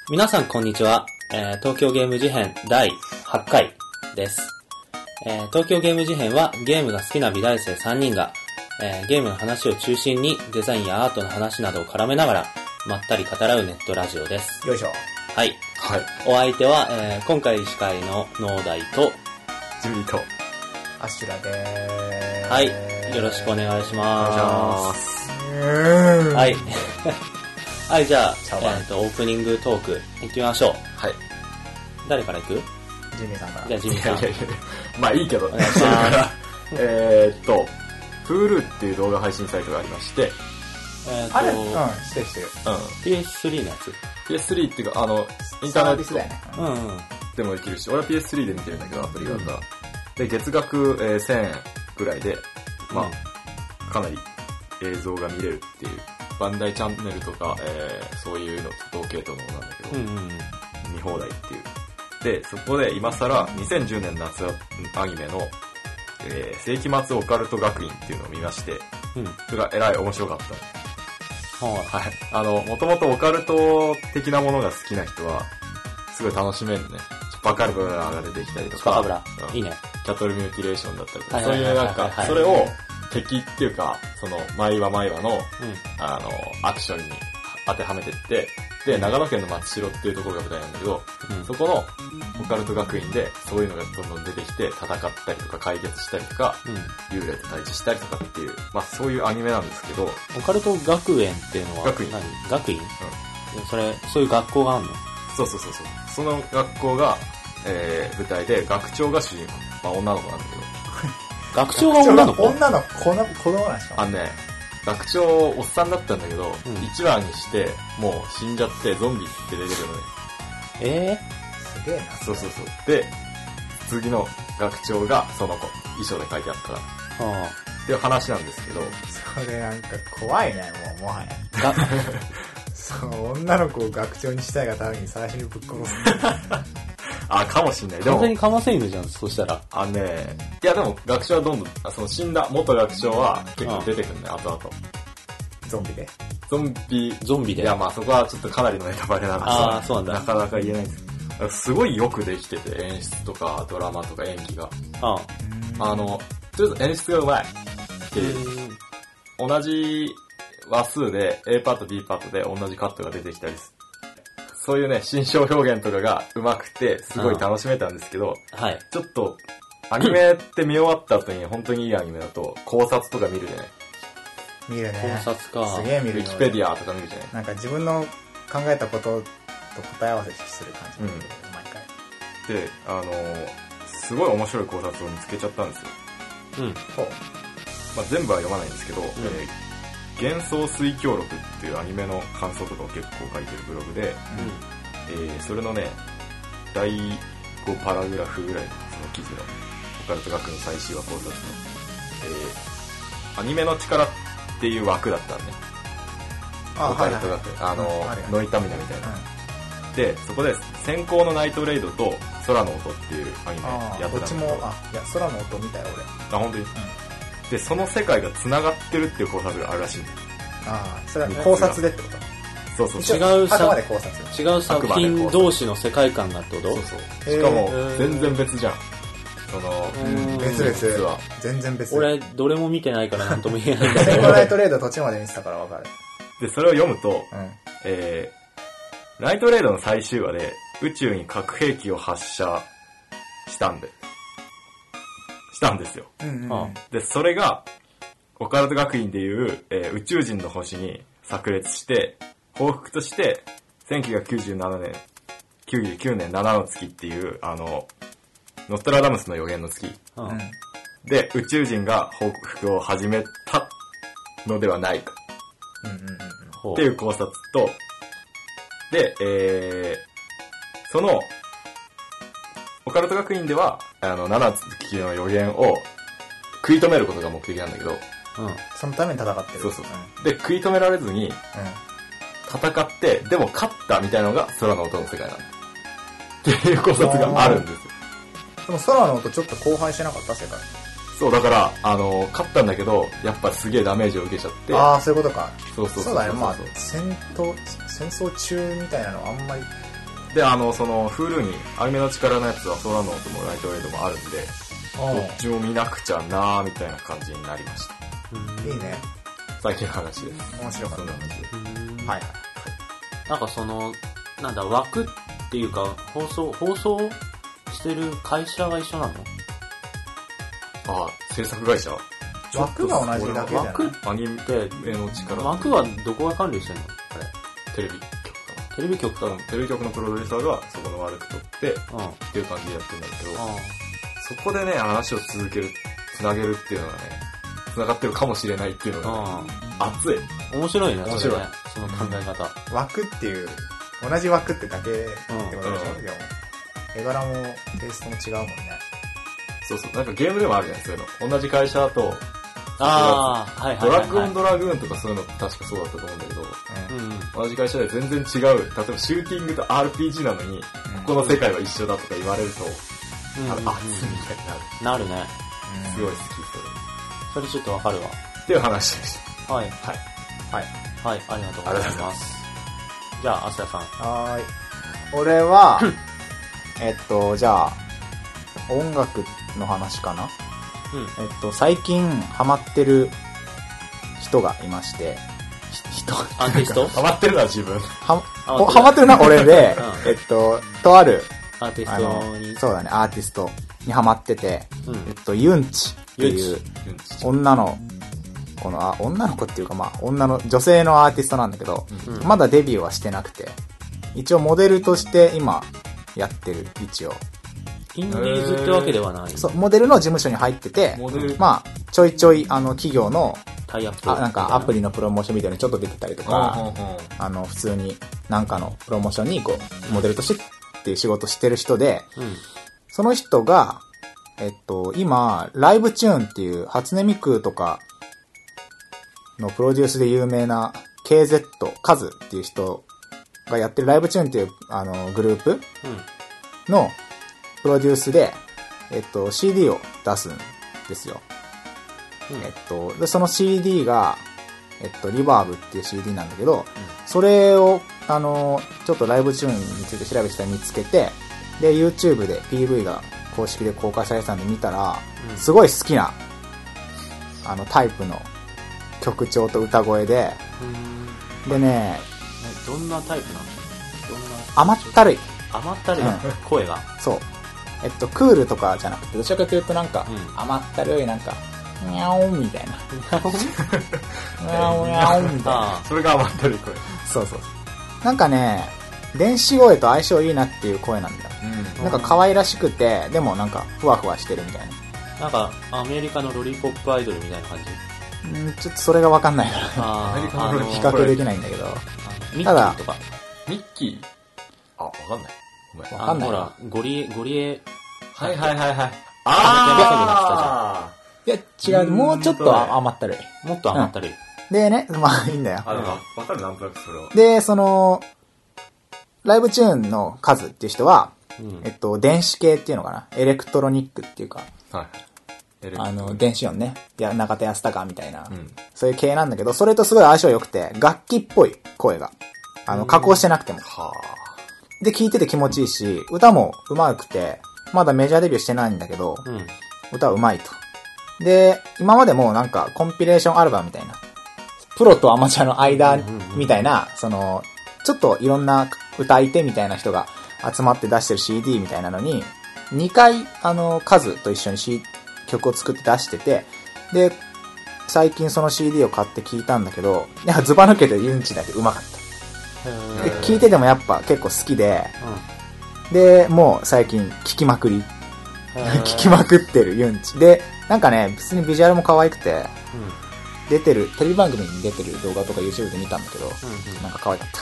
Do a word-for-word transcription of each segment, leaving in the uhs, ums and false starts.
皆さんこんにちは、えー、東京ゲーム事変だいはちかいです、えー、東京ゲーム事変はゲームが好きな美大生さんにんが、えー、ゲームの話を中心にデザインやアートの話などを絡めながらまったり語らうネットラジオです。 よいしょ。 はい、はい、お相手は、えー、今回司会の農大とジュリーとアシュラでーす。 はい、よろしくお願いします。はいはい、じゃあ、えーと、オープニングトーク行ってみましょう。 はい。 誰から行く？ ジミーさんから。 じゃあジミーさん。 いやいやいやまあいいけど。お願いします。えーっと、Hulu っていう動画配信サイトがありまして、 えーと、あれ、うん、してるしてる。 うん。 ピーエススリー のやつ？ ピーエススリー っていうか、あの、インターネットだよね。 うんうん。 でもできるし、俺は ピーエススリー で見てるんだけど、アプリがあるから。で、月額、えー、せんえんぐらいで、まあ、うん、かなり映像が見れるっていう。バンダイチャンネルとか、えー、そういうのと同系統のものなんだけど、うんうんうん、見放題っていう。で、そこで今更にせんじゅうねん夏アニメの、えー、世紀末オカルト学院っていうのを見まして、うん、それがえらい面白かった。はい。はい。あの、もともとオカルト的なものが好きな人は、すごい楽しめるね。バカルブラが出てきたりとか、 バカブラ、うん、いいね。 キャトルミューティレーションだったりとか、そういうなんか、それを、敵っていうか、その、毎話毎話の、うん、あの、アクションに当てはめてって、で、長野県の松代っていうところが舞台なんだけど、うん、そこのオカルト学院でそういうのがどんどん出てきて、戦ったりとか解決したりとか、うん、幽霊と対峙したりとかっていう、まあそういうアニメなんですけど、 オカルト学園っていうのは学院。 何？学院？うん。それ、そういう学校があるの？ そうそうそうそう。その学校が、えー、舞台で、学長が主人公。まあ女の子なんだけど。 学長が女の子？ 女の子の子供なんですか？ あのね、学長おっさんだったんだけど、うん、いちわにしてもう死んじゃってゾンビって出てくるのね。 えー、すげえな。 そうそうそう。で、次の学長がその子、衣装で書いてあったから。はあ、っていう話なんですけど。 それなんか怖いね、もうもはや。そう、女の子を学長にしたいがために最初にぶっ殺す。 あ、かもしんない。でも。 完全にかませ犬じゃん、そしたら。 あのね、いやでも学長はどんどん、その死んだ元学長は結構出てくるね、後々。 ゾンビでゾンビ、 ゾンビで。 いやまあそこはちょっとかなりのネタバレなんですああ、そうなんだ。 なかなか言えないんですけど。すごいよくできてて、演出とかドラマとか演技が。ああ。あの、とりあえず演出がうまい。で、同じ話数で A パート B パートで同じカットが出てきたりする。そういうね、心象表現とかが上手くて、すごい楽しめたんですけど、 はい。 ちょっと、アニメって見終わった後に本当にいいアニメだと、考察とか見るじゃない？ 見るね。 考察か。 すげえ見る。 ウィキペディアとか見るじゃない？ なんか自分の考えたことと答え合わせする感じ。うん。毎回。で、あのー、すごい面白い考察を見つけちゃったんですよ。 うん。 ほう。まあ、全部は読まないんですけど、うん、えー幻想水鏡録っていうアニメの感想とかを結構書いてるブログで、うんえー、それのね、だいごパラグラフぐらいのその記事のオカルト学の最終話考察の、えー、アニメの力っていう枠だったんね。 あオカルト学、はいはい、あの、ノイタミナみたいな、うん。で、そこで先行のナイトレイドと空の音っていうアニメやってたんだけど。 どっちも、あ、いや、空の音見たよ俺。 あ、本当に、うんで、その世界が繋がってるっていう考察があるらしいんだよ。 ああ、それは考察でってこと？ そうそうそう。 違うさ、 考察違う作品同士の世界観がってこと？ そうそう。しかも、全然別じゃん。その、別々は。全然別。 俺、どれも見てないからなんとも言えないんだけど。センコナイトレイド途中まで見てたからわかる。 で、それを読むと、うん、えー、ナイトレイドの最終話で、宇宙に核兵器を発射したんで。したんですよ、うんうん。で、それが、オカルト学院でいう、えー、宇宙人の星に炸裂して、報復として、せんきゅうひゃくきゅうじゅうななねん、きゅうじゅうきゅうねんななの月っていう、あの、ノストラダムスの予言の月。うん、で、宇宙人が報復を始めたのではないか。うんうんうん、っていう考察と、で、えー、その、オカルト学院では、あの、ななつ月の予言を食い止めることが目的なんだけど、うん。 そのために戦ってる。 そうそう。うん、で、食い止められずに、うん、戦って、でも勝ったみたいなのが空の音の世界なんだ。っていう考察があるんですよ。 でも空の音ちょっと荒廃してなかった世界。 そう、だから、あの、勝ったんだけど、やっぱすげえダメージを受けちゃって。 ああ、そういうことか。 そうそうそうそう。 そうだね、まあ、戦闘、戦争中みたいなのはあんまりで、あの、その、Hulu に、アニメの力のやつは、ソーランドともライトレイドもあるんで、どっちも見なくちゃなーみたいな感じになりました。 いいね。 最近の話です。 面白かった。 話です。 はいはい。 なんかその、なんだ、枠っていうか、放送、放送してる会社が一緒なの？ ああ、制作会社枠が同じだけじゃない？ 枠アニメの力。 枠はどこが管理してんの？あれ。 テレビ局かな。 テレビ局かな。 テレビ局のプロデューサーがそこの悪く取って、うん、っていう感じでやってるんだけど、そこでね、話を続ける、繋げるっていうのがね、繋がってるかもしれないっていうのが、ね、熱い。 面白いね、 面白い。 ね、その考え方。 枠っていう、同じ枠ってだけってことでしょ、うん、でも、絵柄もテイストも違うもんね。 そうそう、なんかゲームでもあるじゃない、そういうの。同じ会社と、 ああ、はいはいはい、はい。 ドラッグオンドラグーンとかそういうの確かそうだったと思うんだけど、うんうん、同じ会社で全然違う、例えばシューティングと アールピージー なのに、うん、ここの世界は一緒だとか言われると、うん、あ熱いみたいになる。 なるね。 すごい好き、 それ。それちょっとわかるわ。 っていう話でした。はい。 はい。 はい。はい、ありがとうございます。じゃあ、アスヤさん。 はーい。俺は、えっと、じゃあ、音楽の話かな？うん、えっと、最近ハマってる人がいまして、 人アーティストハマってるのは自分。 は、ハマってるのは俺で、うん、えっと、とある、 アーティストに。 そうだね、アーティストにハマってて、うん、えっと、ユンチっていう女の、この、あ、女の子っていうかまあ、女の、女性のアーティストなんだけど、うん、まだデビューはしてなくて、一応モデルとして今やってる、一応。 インディーズってわけではない。 そう、モデルの事務所に入ってて、まあ、ちょいちょい、あの、企業の、 タイアップあ、なんかアプリのプロモーションビデオにちょっと出てたりとか、あの、普通になんかのプロモーションに、こう、モデルとしてっていう仕事してる人で、うん、その人が、えっと、今、ライブチューンっていう、初音ミクとかのプロデュースで有名な ケーゼット、カズっていう人がやってるライブチューンっていう、あの、グループの、うんプロデュースで、えっと、シーディー を出すんですよ。うん、えっと、で、その シーディー が、えっと、リバーブっていう シーディー なんだけど、うん、それを、あの、ちょっとライブチューンについて調べてたら見つけて、で、YouTube で ピーブイ が公式で公開されてたんで見たら、うん、すごい好きな、あの、タイプの曲調と歌声で、でね、 どんなタイプなの？どんな甘ったるい。 甘ったるい、うん、声が。 そう。えっと、クールとかじゃなくて、どちらかというとなんか、うん、甘ったるい、なんか、にゃおんみたいな。にゃおん、にゃおんみたいな。 それが甘ったるい声。 そうそう。なんかね、電子声と相性いいなっていう声なんだよ。うん、なんか可愛らしくて、でもなんか、ふわふわしてるみたいな。なんか、アメリカのロリポップアイドルみたいな感じ？うん、ちょっとそれがわかんないから。 アメリカのロリ比較できないんだけど。 ミッキーとか。 ミッキーあ、わかんない。 わかんない。 ほら、ゴリエ、ゴリエ。 はいはいはいはい。 あーいや、違う、もうちょっと甘ったるい。 もっと甘ったるい。 うん、でね、まあいいんだよ。 あ、でもわかるなんとなくそれは。 で、その、ライブチューンの数っていう人は、うん、えっと、電子系っていうのかな。エレクトロニックっていうか。はい。あの、電子音ね。いや、中田康隆みたいな、うん。そういう系なんだけど、それとすごい相性良くて、楽器っぽい声が。あの、加工してなくても。はぁ。で、聴いてて気持ちいいし、歌も上手くて、まだメジャーデビューしてないんだけど、うん、歌は上手いと。で、今までもなんかコンピレーションアルバムみたいな、プロとアマチュアの間みたいな、その、ちょっといろんな歌い手みたいな人が集まって出してる シーディー みたいなのに、にかい、あの、カズと一緒に、C、曲を作って出してて、で、最近その シーディー を買って聴いたんだけど、いや、ズバ抜けてユンチだけ上手かった。で、聴いててもやっぱ結構好きで、うん、で、もう最近聴きまくり。聴きまくってるユンチ。で、なんかね、普通にビジュアルも可愛くて、うん、出てる、テレビ番組に出てる動画とか YouTube で見たんだけど、うんうん、なんか可愛かった。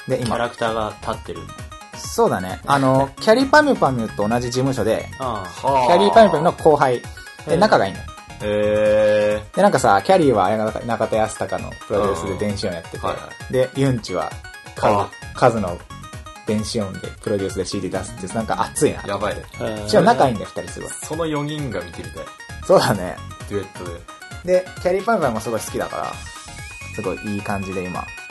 で、今。キャラクターが立ってる。 そうだね。あの、キャリーパミュパミュと同じ事務所で、キャリーパミュパミュの後輩で仲がいいの。へー。で、なんかさ、キャリーは中田康隆のプロデュースで電子音やってて、はいはい、で、ユンチはカズ、カズの電子音でプロデュースで シーディー 出すって、なんか熱いな。 やばいね。 一応仲いいんだよ、二人すごい。 そのよにんが見てみたい。 そうだね。 デュエットで。 で、キャリーパミュパミュもすごい好きだから、すごいいい感じで今、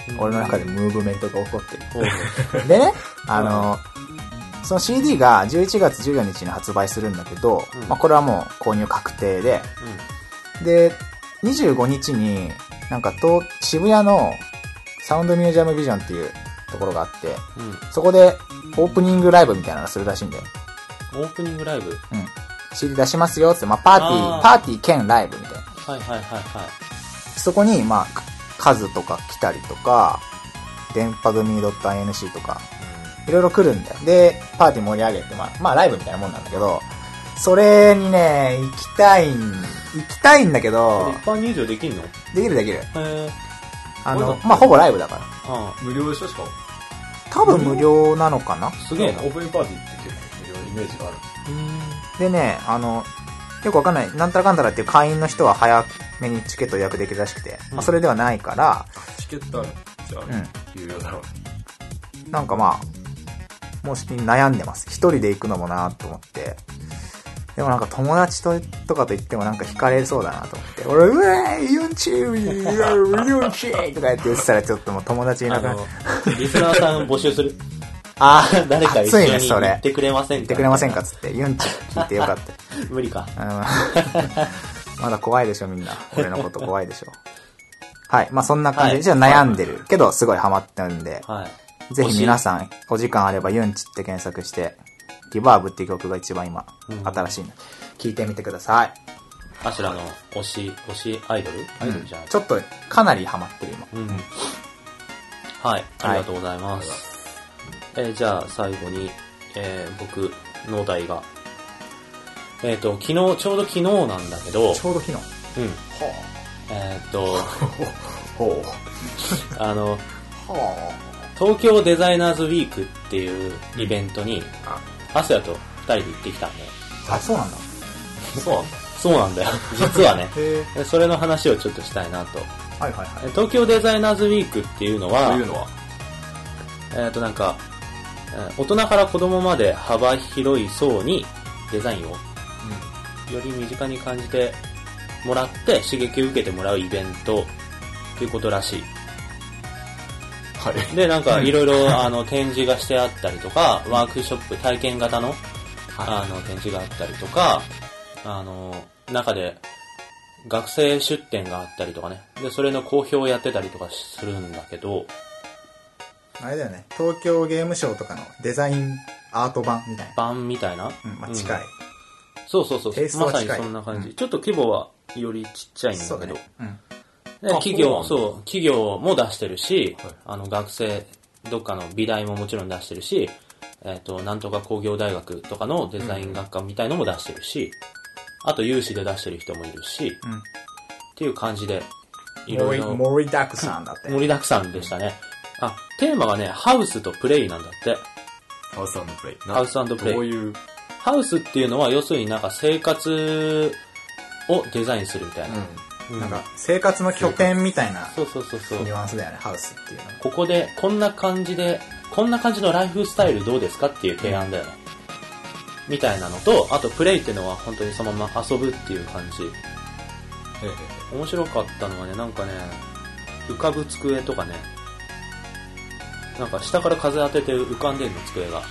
俺の中でムーブメントが起こってる。でね、あの、その シーディー がじゅういちがつじゅうよっかに発売するんだけど、うん、まあこれはもう購入確定で、うん、で、にじゅうごにちになんかと渋谷のサウンドミュージアムビジョンっていうところがあって、うん、そこでオープニングライブみたいなのするらしいんだよ。 オープニングライブ？うん。 シーディー 出しますよって、まあパーティー、パーティー兼ライブみたいな。 はいはいはいはい。 そこに、まあ、数とか来たりとか、電波組 .inc とか、いろいろ来るんだよ。で、パーティー盛り上げて、まあ、まあライブみたいなもんなんだけど、それにね、行きたいん、行きたいんだけど、 一般入場できんの？ できるできる。 へあの、まあほぼライブだから。 ああ無料でしょしかも。 多分無料なのかな？ すげえな。 オープンパーティーって結構無料イメージがある。 でね、あの、よくわかんない、なんたらかんたらっていう会員の人は早めにチケット予約できるらしくて、うん、まあそれではないから、 チケットあるじゃあ、うん、有料だろう。なんかまあ、もし悩んでます。一人で行くのもなと思って。でもなんか友達ととかと言ってもなんか惹かれそうだなと思って。俺、うわーユンチーユンチーとか言って言ってたらちょっともう友達いなくなる。 リスナーさん募集する。 ああ、 誰か一緒に行ってくれませんか？ 行ってくれませんかつって、ユンチ聞いてよかった。 無理か。 まだ怖いでしょみんな。俺のこと怖いでしょ。はい。まあそんな感じで、じゃあ悩んでるけどすごいハマってるんで、はい、ぜひ皆さんお時間あればユンチって検索して、リバーブっていう曲が一番今、うん、新しいの。聞いてみてください。 アシュラの推し、推しアイドル、うん、アイドルじゃない。 ちょっとかなりハマってる今。うん、 はい。ありがとうございます。はいえー、じゃあ最後に、えー、僕のお題が、えっ、ー、と、昨日、ちょうど昨日なんだけど、 ちょうど昨日うん。はあ、えっ、ー、と、ほう。あの、はあ、東京デザイナーズウィークっていうイベントに、アスヤと二人で行ってきたんで。 あ、そうなんだ。 そうなんだ。そうなんだよ。実はね。それの話をちょっとしたいなと。 はいはいはい。 東京デザイナーズウィークっていうのは、 というのはえっ、ー、となんか、大人から子供まで幅広い層にデザインを、うん、より身近に感じてもらって刺激を受けてもらうイベントっていうことらしい。 はい。 で、なんかいろいろあの展示がしてあったりとか、ワークショップ体験型の、はい、あの展示があったりとか、あの中で学生出展があったりとかね。で、それの講評をやってたりとかするんだけど。 あれだよね。東京ゲームショウとかのデザインアート版みたいな。 版みたいな。 うん、まあ近い。うん、 そうそうそう。まさにそんな感じ、うん。ちょっと規模はよりちっちゃいんだけど。ねうん、で企業、そう、企業も出してるし、はい、あの学生、どっかの美大ももちろん出してるし、えっと、なんとか工業大学とかのデザイン学科みたいのも出してるし、うん、あと有志で出してる人もいるし、うん、っていう感じで、 いろいろ。盛りだくさんだって。 盛りだくさんでしたね。あ、テーマがね、ハウスとプレイなんだって。 ハウス&プレイ。 ハウス&プレイ。 どういうハウスっていうのは、要するになんか生活をデザインするみたいな。 うんうん、なんか、生活の拠点みたいな。 そうそうそうそう。 ニュアンスだよね、ハウスっていうのは。 ここで、こんな感じで、こんな感じのライフスタイルどうですかっていう提案だよね。うん、みたいなのと、あとプレイっていうのは本当にそのまま遊ぶっていう感じ。へへ面白かったのはね、なんかね、浮かぶ机とかね、なんか下から風当てて浮かんでんの、机が。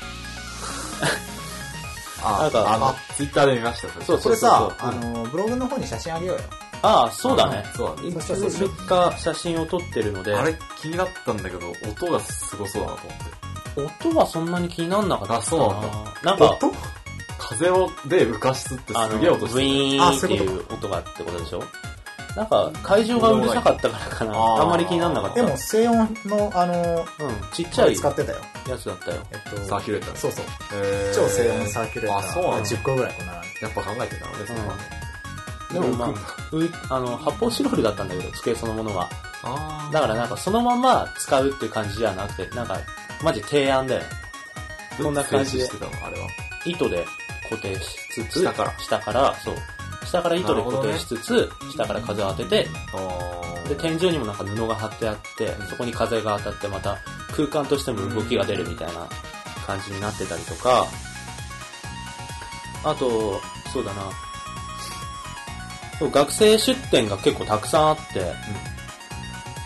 あ、なんかあの、ツイッターで見ました。 そう、それさ、あの、ブログの方に写真あげようよ。 ああ、そうだね。 そうだね。 いくつか写真を撮ってるので。 あれ気になったんだけど、音がすごそうだなと思って。音はそんなに気になんなかった。 あ、そうなんだ。 なんか、音風をで浮かしつってすげえ音してる。 ウィーンっていう音がってことでしょ？なんか、会場がうるさかったからかな。あ, あんまり気にならなかった。 でも、静音の、あの、うん、 ちっちゃい使ってたよ。 やつだったよ。 えっと、 サーキュレーター。 そうそう。超静音サーキュレーター。 あ、そうなんだ。 じゅっこぐらいこんな。やっぱ考えてたのね、そこはね。 でもまあ、あの、発泡スチロールだったんだけど、机そのものは。あだからなんかそのまま使うっていう感じじゃなくて、なんか、マジ提案だよ。こんな感じで。 してたのあれは。 糸で固定しつつ、 下から。 下から、そう。下から糸で固定しつつ、ね、下から風を当てて、で、天井にもなんか布が貼ってあって、そこに風が当たってまた空間としても動きが出るみたいな感じになってたりとか、あと、そうだな、学生出展が結構たくさんあって、うん、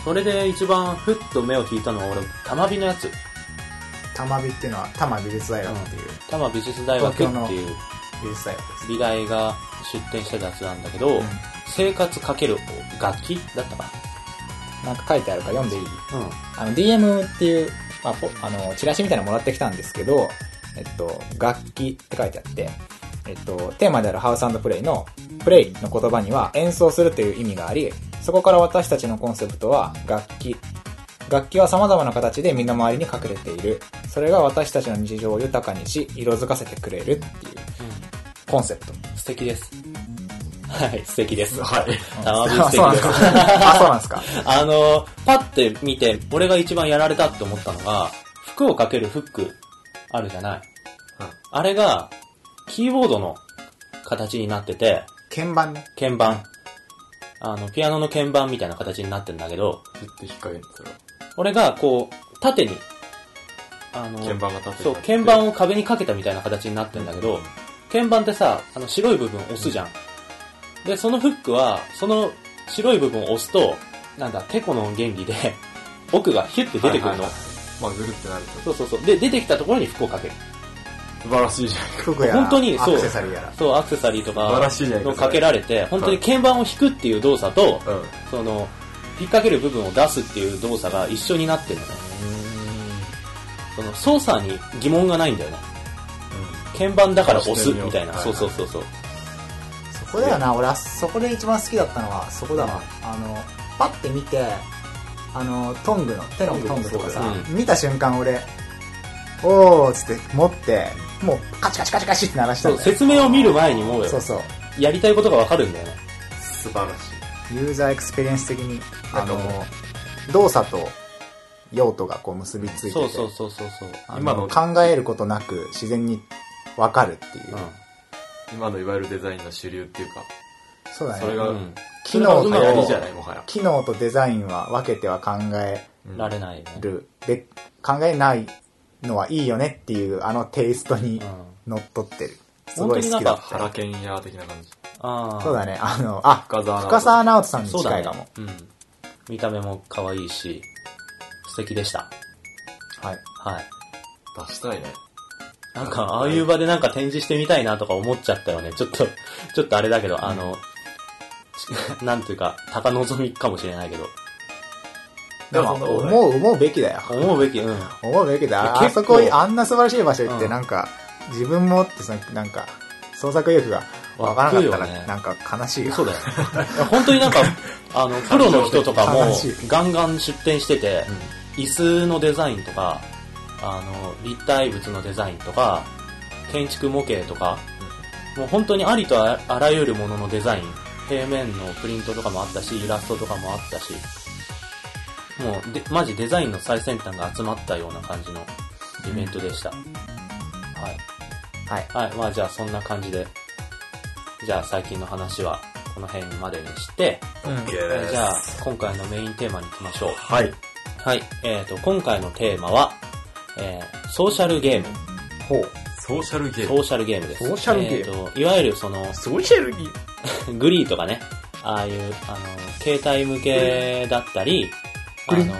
それで一番ふっと目を引いたのは俺、玉美のやつ。 玉美っていうのは、玉美術大学っていう。うん、 玉美術大学っていう美術大学です。 美大が出展してたやつなんだけど、うん、生活かける楽器だったかな。なんか書いてあるから読んでいい？うん。あの ディーエム っていう、まあ、あの、チラシみたいなのもらってきたんですけど、えっと、楽器って書いてあって、えっと、テーマであるハウス&プレイの、プレイの言葉には演奏するという意味があり、そこから私たちのコンセプトは楽器。楽器は様々な形で身の回りに隠れている。それが私たちの日常を豊かにし、色づかせてくれるっていうコンセプト。 素敵です。はい、素敵です。 はい。 玉美素敵です。 あ、そうなんですか。 あの、パッて見て、俺が一番やられたって思ったのが、服をかけるフックあるじゃない。うん、あれが、キーボードの形になってて、 鍵盤ね。 鍵盤。あの、ピアノの鍵盤みたいな形になってるんだけど、 ずっと引っ掛けるんですよ。 俺が、こう、縦に、あの、 鍵盤が縦に。 そう、鍵盤を壁にかけたみたいな形になってるんだけど、うん、鍵盤ってさ、あの、白い部分を押すじゃん。で、そのフックは、その白い部分を押すと、なんだ、テコの原理で、奥がヒュッて出てくるの。はいはいはい、 まあ、ぐるってなると。そうそうそう。で、出てきたところに服をかける。 素晴らしいじゃん。 服や本当にそう。 アクセサリーやら。 そう、アクセサリーとか素晴らしいじゃんのかけられて、本当に鍵盤を弾くっていう動作と、うん、その、引っ掛ける部分を出すっていう動作が一緒になってるのね。その操作に疑問がないんだよね。うん、鍵盤だから押すみたいな。そうそうそうそう。 そこだよな、俺はそこで一番好きだったのはそこだわ。あの、パッて見て、あの、トングの、手のトングとかさ、うん、見た瞬間俺、おーっつって持って、もうカチカチカチカチって鳴らしたんだよ。 そう、説明を見る前にもう、 そうそう。 やりたいことがわかるんだよね。 素晴らしい。ユーザーエクスペリエンス的に、あの、動作と用途がこう結びついてて、 そうそうそうそうそう。 今の考えることなく自然にわかるっていう、うん。 今のいわゆるデザインの主流っていうか、 そうだね。 それが、うん、 機能と、 じゃないもはや機能とデザインは分けては考えられないる。で、考えないのはいいよねっていうあのテイストにのっとってる。すごい好きだった。 原研屋的な感じ。 ああ。そうだね。あの、あ、深沢直人さんに近いかも。 うね、うん。見た目も可愛いし、素敵でした。 はい。 はい。 出したいね。 なんか、ああいう場でなんか展示してみたいなとか思っちゃったよね。ちょっと、ちょっとあれだけど、あの、なんていうか、高望みかもしれないけど。 でも、思う、思うべきだよ。 思うべき、うん。 思うべきだよ。あそこ、あんな素晴らしい場所行って、なんか、うん、自分もってさ、なんか、創作意欲がわからなかったら、ね、なんか悲しいよ。 そうだよ。本当になんか、あの、プロの人とかも、ガンガン出展してて、うん、椅子のデザインとか、あの、立体物のデザインとか、建築模型とか、もう本当にありとあらゆるもののデザイン、平面のプリントとかもあったし、イラストとかもあったし、もうで、マジデザインの最先端が集まったような感じのイベントでした。うん、はい。 はい。 はい。まあじゃあそんな感じで、じゃあ最近の話はこの辺までにして、 うん、 じゃあ今回のメインテーマに行きましょう。 はい。 はい。えっと、今回のテーマは、えー、ソーシャルゲーム。 ほう。 ソーシャルゲーム。 ソーシャルゲームです。 ソーシャルゲーム。えっと、いわゆるその、 ソーシャルゲームグリーとかね、ああいう、あの、携帯向けだったり、あの、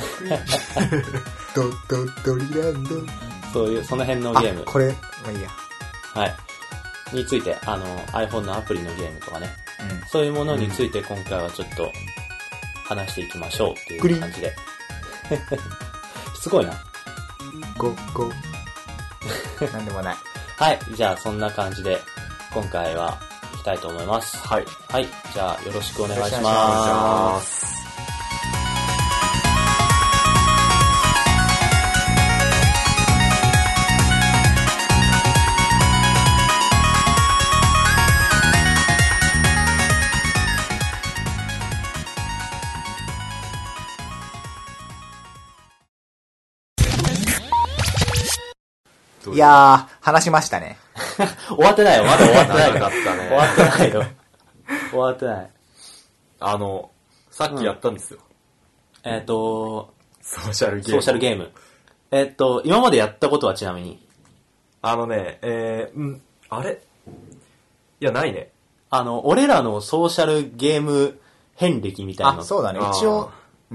ドドドリランド。 そういう、その辺のゲーム。 これ、まあいいや。 はい。について、あの、iPhone のアプリのゲームとかね。うん、そういうものについて今回はちょっと話していきましょうっていう感じで。すごいな。 ゴゴ。なんでもない。 はい。じゃあそんな感じで今回は行きたいと思います。 はい。 はい。じゃあよろしくお願いします。お願いします。 いやー、話しましたね。 終わってないよ。まだ終わってないよ。 かったね。 終わってないよ。終わってない。 あの、さっきやったんですよ。 うん、えっ、ー、と、 ソーシャルゲーム。 ソーシャルゲーム。えっ、ー、と、今までやったことはちなみに。 あのね、えー、うん、あれいや、ないね。 あの、俺らのソーシャルゲーム遍歴みたいな。 あ、そうだね。一応、うん。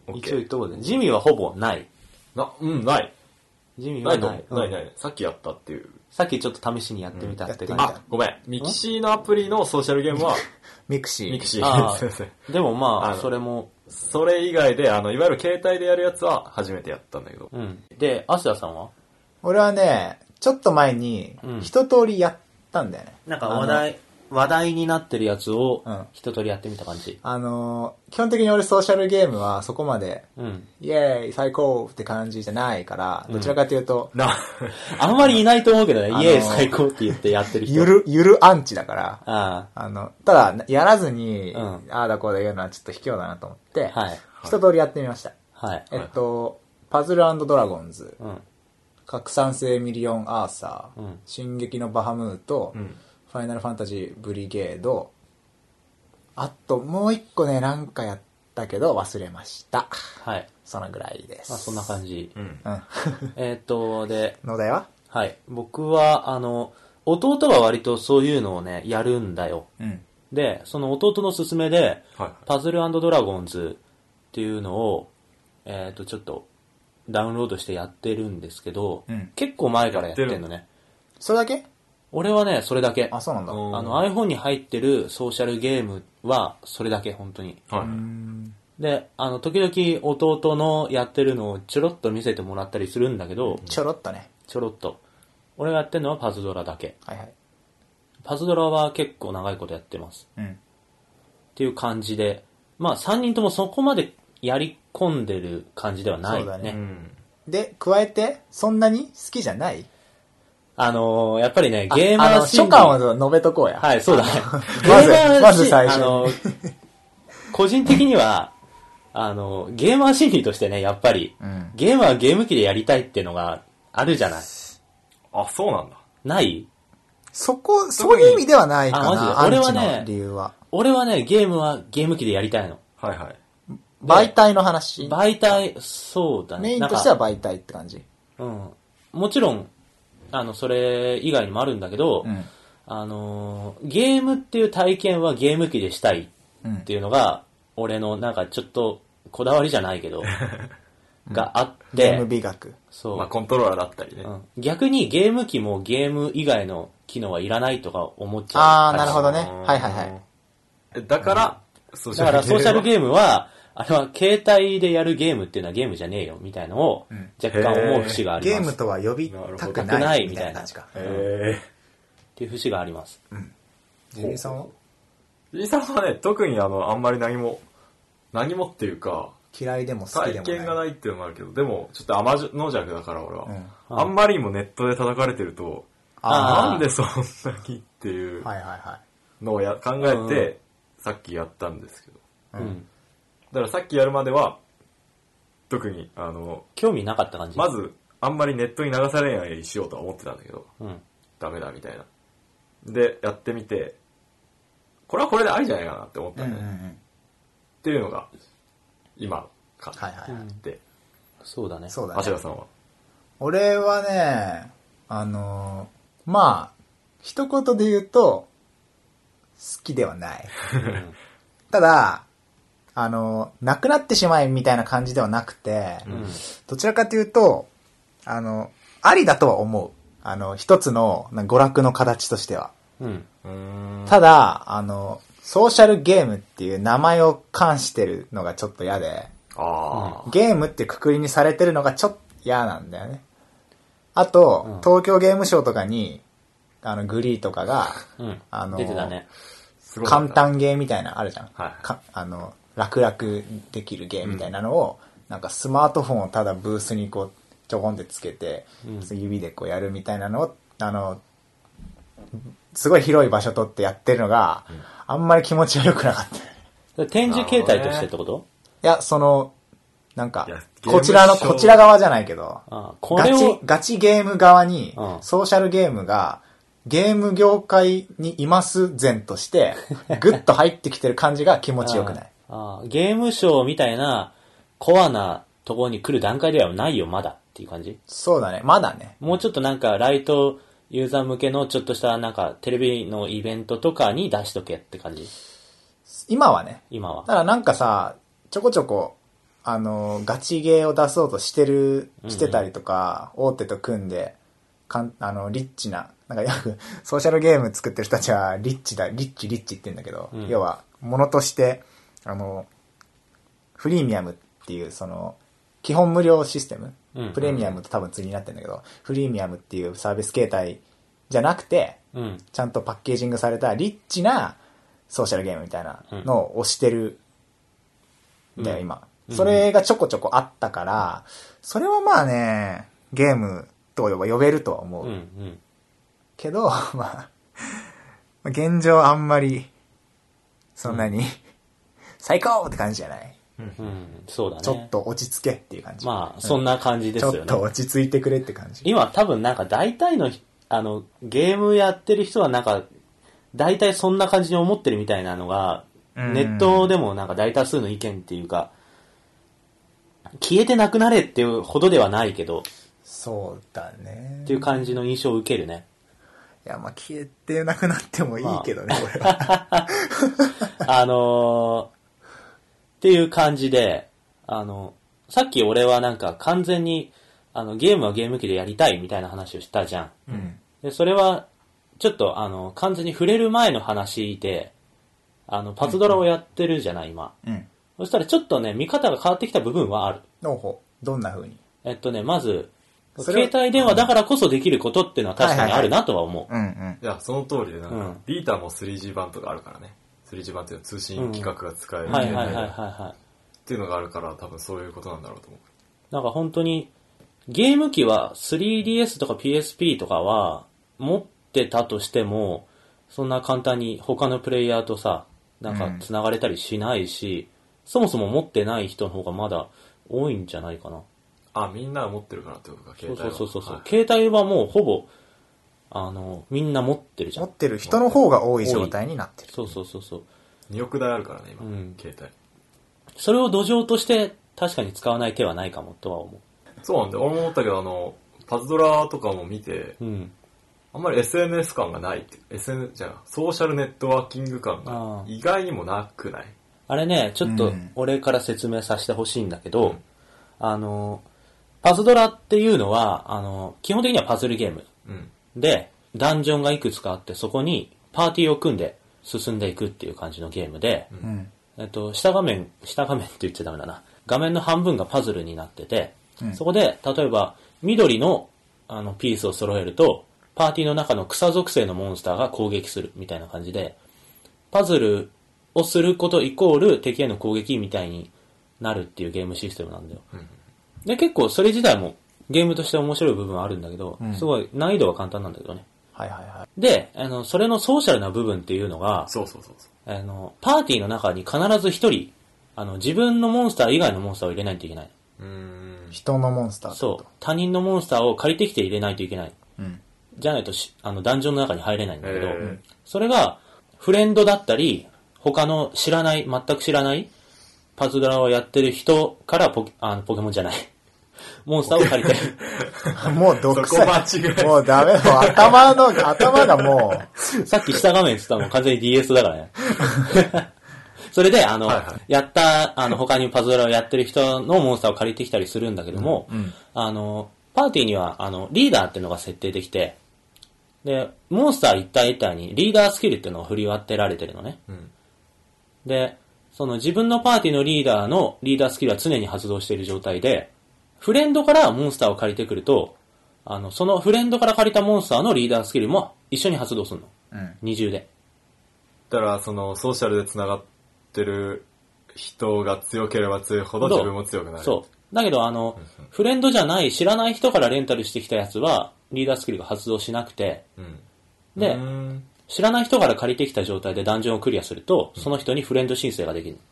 一応言ったことで。ジミーはほぼない。 な、うん、ない。 ジミーはない。ない、 ない、ない。さっきやったっていう。 さっきちょっと試しにやってみたって感じ、 うん、あ、ごめん。ミキシーのアプリのソーシャルゲームは、 ミクシー。 ミクシー。 でもまあ、それも。 それ以外で、あの、いわゆる携帯でやるやつは初めてやったんだけど。 うん。で、アスヤさんは？ 俺はね、ちょっと前に、一通りやったんだよね。 うん、なんか話題、話題になってるやつを一通りやってみた感じ。 あのー、基本的に俺ソーシャルゲームはそこまで、うん、イェーイ最高って感じじゃないから、どちらかというと、うん、 あんまりいないと思うけどね、イエーイ最高って言ってやってる人。 ゆる、ゆるアンチだから、 ああの、ただ、やらずに、うん、ああだこうだ言うのはちょっと卑怯だなと思って、はい、一通りやってみました。はい。えっと、パズル&ドラゴンズ、うん、拡散性ミリオンアーサー、うん、進撃のバハムート、うんファイナルファンタジーブリゲード。あと、もう一個ね、なんかやったけど忘れました。はい。そのぐらいです。 まあ、そんな感じ。うん。えっと、で。 野田は？ はい。僕は、あの、弟は割とそういうのをね、やるんだよ。うん。で、その弟の勧めで、はい、パズル&ドラゴンズっていうのを、えっと、ちょっと、ダウンロードしてやってるんですけど、うん、結構前からやってんのね。 それだけ？ 俺はね、それだけ。 あ、そうなんだ。あの iPhone に入ってるソーシャルゲームは、それだけ、本当に。はい。で、あの、時々弟のやってるのをちょろっと見せてもらったりするんだけど、 ちょろっとね。 ちょろっと。俺がやってるのはパズドラだけ。はいはい。パズドラは結構長いことやってます。うん。っていう感じで、まあさんにんともそこまでやり込んでる感じではないね。そうだね。うん、 で、加えて、そんなに好きじゃない？ あのー、やっぱりね、ゲーマー心理。あの、初感を述べとこうや。 はい、そうだね。 まず、まず最初に。あのー、個人的には、あのー、ゲーマー心理としてね、やっぱり、うん、ゲームはゲーム機でやりたいっていうのがあるじゃない。 あ、そうなんだ。 ないそこ、そういう意味ではないかな。あ、マジで。 俺はね、 理由は。 俺はね、ゲームはゲーム機でやりたいの。 はいはい。 媒体の話。 媒体、そうだね。 メインとしては媒体って感じ。 うん。もちろん、あの、それ以外にもあるんだけど、うん、あの、ゲームっていう体験はゲーム機でしたいっていうのが、うん、俺のなんかちょっとこだわりじゃないけど、があって、 ゲーム美学。 そう。まあコントローラーだったりね、 うん。逆にゲーム機もゲーム以外の機能はいらないとか思っちゃう。 ああ、なるほどね。はいはいはい。 だから、 うん、だからソーシャルゲームは、あれは携帯でやるゲームっていうのはゲームじゃねえよみたいのを若干思う節があります。 ゲームとは呼びたくないみたいな感じか。 へーっていう節があります。うん。 ジェリーさんは？ ジェリーさんはね、特にあの、あんまり何も、何もっていうか、 嫌いでも好きでもない。 体験がないっていうのもあるけど、でも、ちょっと天の弱だから俺は、うん、あんまりにもネットで叩かれてると、なんでそんなにっていうのをや考えて、さっきやったんですけど。うん。だからさっきやるまでは、特に、あの、 興味なかった感じ。 まず、あんまりネットに流されないようにしようとは思ってたんだけど、うん、ダメだみたいな。で、やってみて、これはこれでありじゃないかなって思ったんだよね。うんうんうん、っていうのが、今、感じて、はいはいはい。 そうだね。 そうだね。 芦田さんは？ 俺はね、あの、まあ、一言で言うと、好きではない。ただ、あの、なくなってしまえみたいな感じではなくて、うん、どちらかというと、あの、ありだとは思う。あの、一つの娯楽の形としては。うん、ただ、あの、ソーシャルゲームっていう名前を冠してるのがちょっと嫌で、あゲームってくくりにされてるのがちょっと嫌なんだよね。あと、うん、東京ゲームショウとかに、あの、グリーとかが、うん、あの、 出てたね。 簡単ゲーみたいなのあるじゃん。はい、かあの楽々できるゲームみたいなのを、うん、なんかスマートフォンをただブースにこうちょこんでつけて、うん、指でこうやるみたいなのをあのすごい広い場所取ってやってるのが、うん、あんまり気持ちが良くなかった。 展示形態としてってこと？ いや、そのなんかこちらのこちら側じゃないけど、ああこれをガチガチゲーム側にソーシャルゲームがゲーム業界にいます前としてグッと入ってきてる感じが気持ちよくない？ ああゲームショーみたいなコアなところに来る段階ではないよまだっていう感じ？ そうだね、まだね。 もうちょっとなんかライトユーザー向けのちょっとしたなんかテレビのイベントとかに出しとけって感じ？ 今はね。 今は。 だからなんかさ、ちょこちょこあの、ガチゲーを出そうとしてる、してたりとか、うんうん、大手と組んで、かん、あの、リッチな、なんかよく、ソーシャルゲーム作ってる人たちは、リッチだ、リッチ、リッチって言うんだけど、うん、要は、ものとして、あの、フリーミアムっていう、その、基本無料システム、うんうん、プレミアムと多分次になってるんだけど、フリーミアムっていうサービス形態じゃなくて、うん、ちゃんとパッケージングされたリッチなソーシャルゲームみたいなのを推してるんだよ、うん、今。それがちょこちょこあったから、それはまあね、ゲームと呼べるとは思う。うんうん、けど、まあ、現状あんまり、そんなに、うん、最高って感じじゃない。 うん、そうだね。 ちょっと落ち着けっていう感じ。 まあ、そんな感じですよね。 ちょっと落ち着いてくれって感じ。 今多分なんか大体の、あの、ゲームやってる人はなんか、大体そんな感じに思ってるみたいなのが、ネットでもなんか大多数の意見っていうか、消えてなくなれっていうほどではないけど、 そうだね。 っていう感じの印象を受けるね。 いや、まあ消えてなくなってもいいけどね、まあ、これは。 あのー、っていう感じで、あの、さっき俺はなんか完全に、あの、ゲームはゲーム機でやりたいみたいな話をしたじゃん。うん、で、それは、ちょっとあの、完全に触れる前の話で、あの、パズドラをやってるじゃない、今。うん。そしたらちょっとね、見方が変わってきた部分はある。 ほうほう。どんな風に？ えっとね、まず、携帯電話だからこそできることっていうのは確かにあるなとは思う。 うんうん。いや、その通りでなんか、うん、ビータも スリージー 版とかあるからね。スリージー 版っていうのは通信規格が使える、うん。はいはいはいはいはい。っていうのがあるから多分そういうことなんだろうと思う。 なんか本当に、ゲーム機は スリーディーエス とか ピーエスピー とかは持ってたとしても、そんな簡単に他のプレイヤーとさ、なんか繋がれたりしないし、うん、そもそも持ってない人の方がまだ多いんじゃないかな。 あ、みんなが持ってるからってことか、携帯は。 そうそうそうそう、はい。携帯はもうほぼ、あの、みんな持ってるじゃん。 持ってる人の方が多い状態になってる。 そうそうそうそう。 におくだいあるからね、今、うん、携帯。 それを土壌として確かに使わない手はないかもとは思う。 そうなんだよ。俺も思ったけど、あの、パズドラとかも見て、うん、あんまり エスエヌエス 感がないって。エスエヌ、じゃあ、ソーシャルネットワーキング感が意外にもなくない？ あれね、ちょっと俺から説明させてほしいんだけど、うん、あの、パズドラっていうのは、あの、基本的にはパズルゲーム。うん、で、ダンジョンがいくつかあって、そこにパーティーを組んで進んでいくっていう感じのゲームで、うん、えっと、下画面、下画面って言っちゃダメだな。画面の半分がパズルになってて、うん、そこで、例えば、緑の、あの、ピースを揃えると、パーティーの中の草属性のモンスターが攻撃するみたいな感じで、パズルをすることイコール敵への攻撃みたいになるっていうゲームシステムなんだよ。うん、で、結構それ自体もゲームとして面白い部分はあるんだけど、うん、すごい難易度は簡単なんだけどね。はいはいはい。で、あの、それのソーシャルな部分っていうのが、 そうそうそうそう。 あの、パーティーの中に必ず一人、あの、自分のモンスター以外のモンスターを入れないといけない。 うーん。人のモンスターそう。他人のモンスターを借りてきて入れないといけない。うん。じゃないとし、あの、ダンジョンの中に入れないんだけど、それが、フレンドだったり、他の知らない、全く知らないパズドラをやってる人からポケ、あの、ポケモンじゃない。モンスターを借りてる。もう独裁。もうダメ。もう頭の、頭がもう。さっき下画面って言ったのも完全に ディーエス だからね。それで、あの、はいはい、やった、あの、他にパズドラをやってる人のモンスターを借りてきたりするんだけども、うんうん、あの、パーティーには、あの、リーダーっていうのが設定できて、で、モンスター一体一体にリーダースキルっていうのを振り当てられてるのね。うん、で、その自分のパーティーのリーダーのリーダースキルは常に発動している状態で、フレンドからモンスターを借りてくると、あの、そのフレンドから借りたモンスターのリーダースキルも一緒に発動するの。うん、二重で。 だから、その、ソーシャルで繋がってる人が強ければ強いほど自分も強くなる。 そう。だけど、あの、うんうん、フレンドじゃない、知らない人からレンタルしてきたやつは、リーダースキルが発動しなくて、うん、で、知らない人から借りてきた状態でダンジョンをクリアすると、その人にフレンド申請ができる。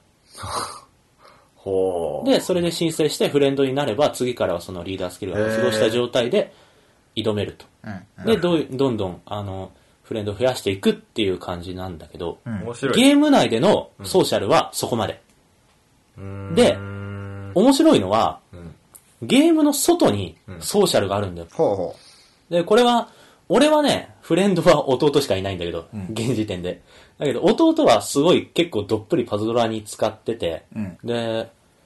ほう。で、それで申請してフレンドになれば、次からはそのリーダースキルが発動した状態で挑めると。で、ど, どんどん、あの、フレンドを増やしていくっていう感じなんだけど、うん、ゲーム内でのソーシャルはそこまで。うん、で、面白いのは、うん、ゲームの外にソーシャルがあるんだよ。ほうほう。で、これは、俺はね、フレンドは弟しかいないんだけど、うん、現時点で。だけど、弟はすごい結構どっぷりパズドラに使ってて、うん、で、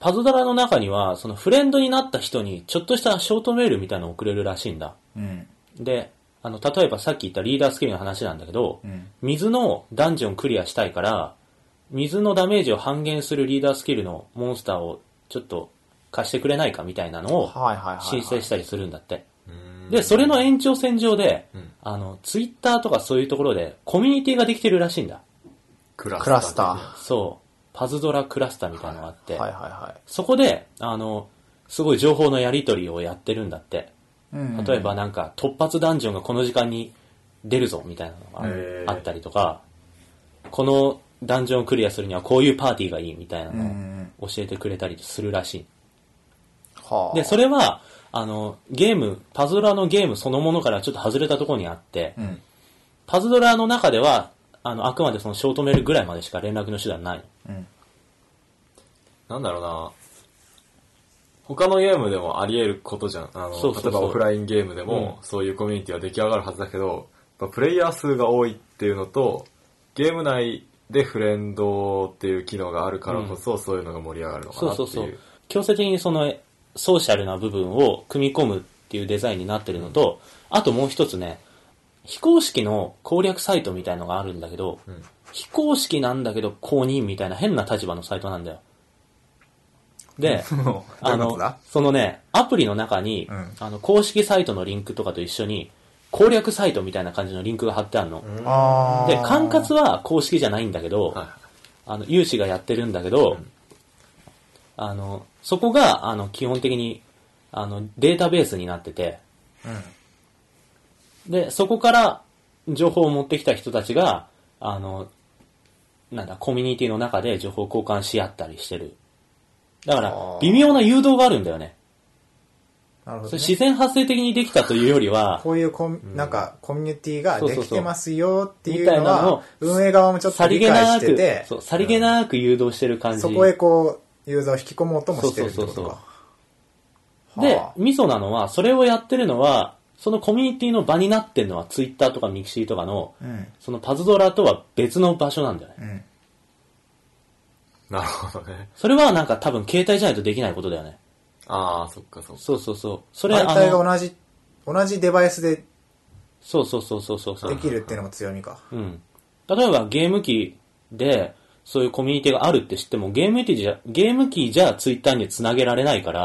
パズドラの中には、そのフレンドになった人にちょっとしたショートメールみたいなのを送れるらしいんだ。うん、で、あの、例えばさっき言ったリーダースキルの話なんだけど、うん、水のダンジョンクリアしたいから、水のダメージを半減するリーダースキルのモンスターをちょっと貸してくれないかみたいなのを申請したりするんだって。で、それの延長線上で、うん、あの、ツイッターとかそういうところでコミュニティができてるらしいんだ。 クラスター。クラスター。 そう。パズドラクラスターみたいなのがあって、 はいはいはいはい、 そこで、あの、すごい情報のやり取りをやってるんだって。うんうんうん、例えばなんか、突発ダンジョンがこの時間に出るぞみたいなのがあったりとか、このダンジョンをクリアするにはこういうパーティーがいいみたいなのを教えてくれたりするらしい。はあ、で、それは、あの、ゲーム、パズドラのゲームそのものからちょっと外れたところにあって、うん、パズドラの中では、あの、あくまでそのショートメールぐらいまでしか連絡の手段ない。うん、 なんだろうな、他のゲームでもあり得ることじゃん。あの、そうそうそう、例えばオフラインゲームでも、そういうコミュニティは出来上がるはずだけど、やっぱプレイヤー数が多いっていうのと、ゲーム内でフレンドっていう機能があるからこそ、うん、そういうのが盛り上がるのかなっていう。そうそうそう。 強制的にその、ソーシャルな部分を組み込むっていうデザインになってるのと、うん、あともう一つね、非公式の攻略サイトみたいのがあるんだけど、うん、非公式なんだけど公認みたいな変な立場のサイトなんだよ。で、あの、そのね、アプリの中に、うん、あの、公式サイトのリンクとかと一緒に、攻略サイトみたいな感じのリンクが貼ってあるの。で、管轄は公式じゃないんだけど、はい、あの、有志がやってるんだけど、うん、あの、そこが、あの、基本的に、あの、データベースになってて、うん、で、そこから情報を持ってきた人たちが、あの、なんだ、コミュニティの中で情報交換し合ったりしてる。だから、微妙な誘導があるんだよね。なるほどね。自然発生的にできたというよりは、 こういうコミ、うん、なんか、コミュニティができてますよっていうのは、運営側もちょっと理解してて、 そう、さりげなく誘導してる感じ。 そこへこう、ユーザーを引き込もうともしてるってことか。そうそうそうそう。で、ミソなのは、それをやってるのは、そのコミュニティの場になってるのは、ツイッターとかミクシーとかの、うん、そのパズドラとは別の場所なんだよね。うんなるほどね。 それはなんか多分携帯じゃないとできないことだよね。 ああ、そっかそっか。 そうそうそう。それ媒体が同じ、同じデバイスで、 そうそうそうそうそう。 できるっていうのも強みか。 うん。例えばゲーム機で、そういうコミュニティがあるって知っても、ゲーム機じゃ、ゲーム機じゃツイッターに繋げられないから、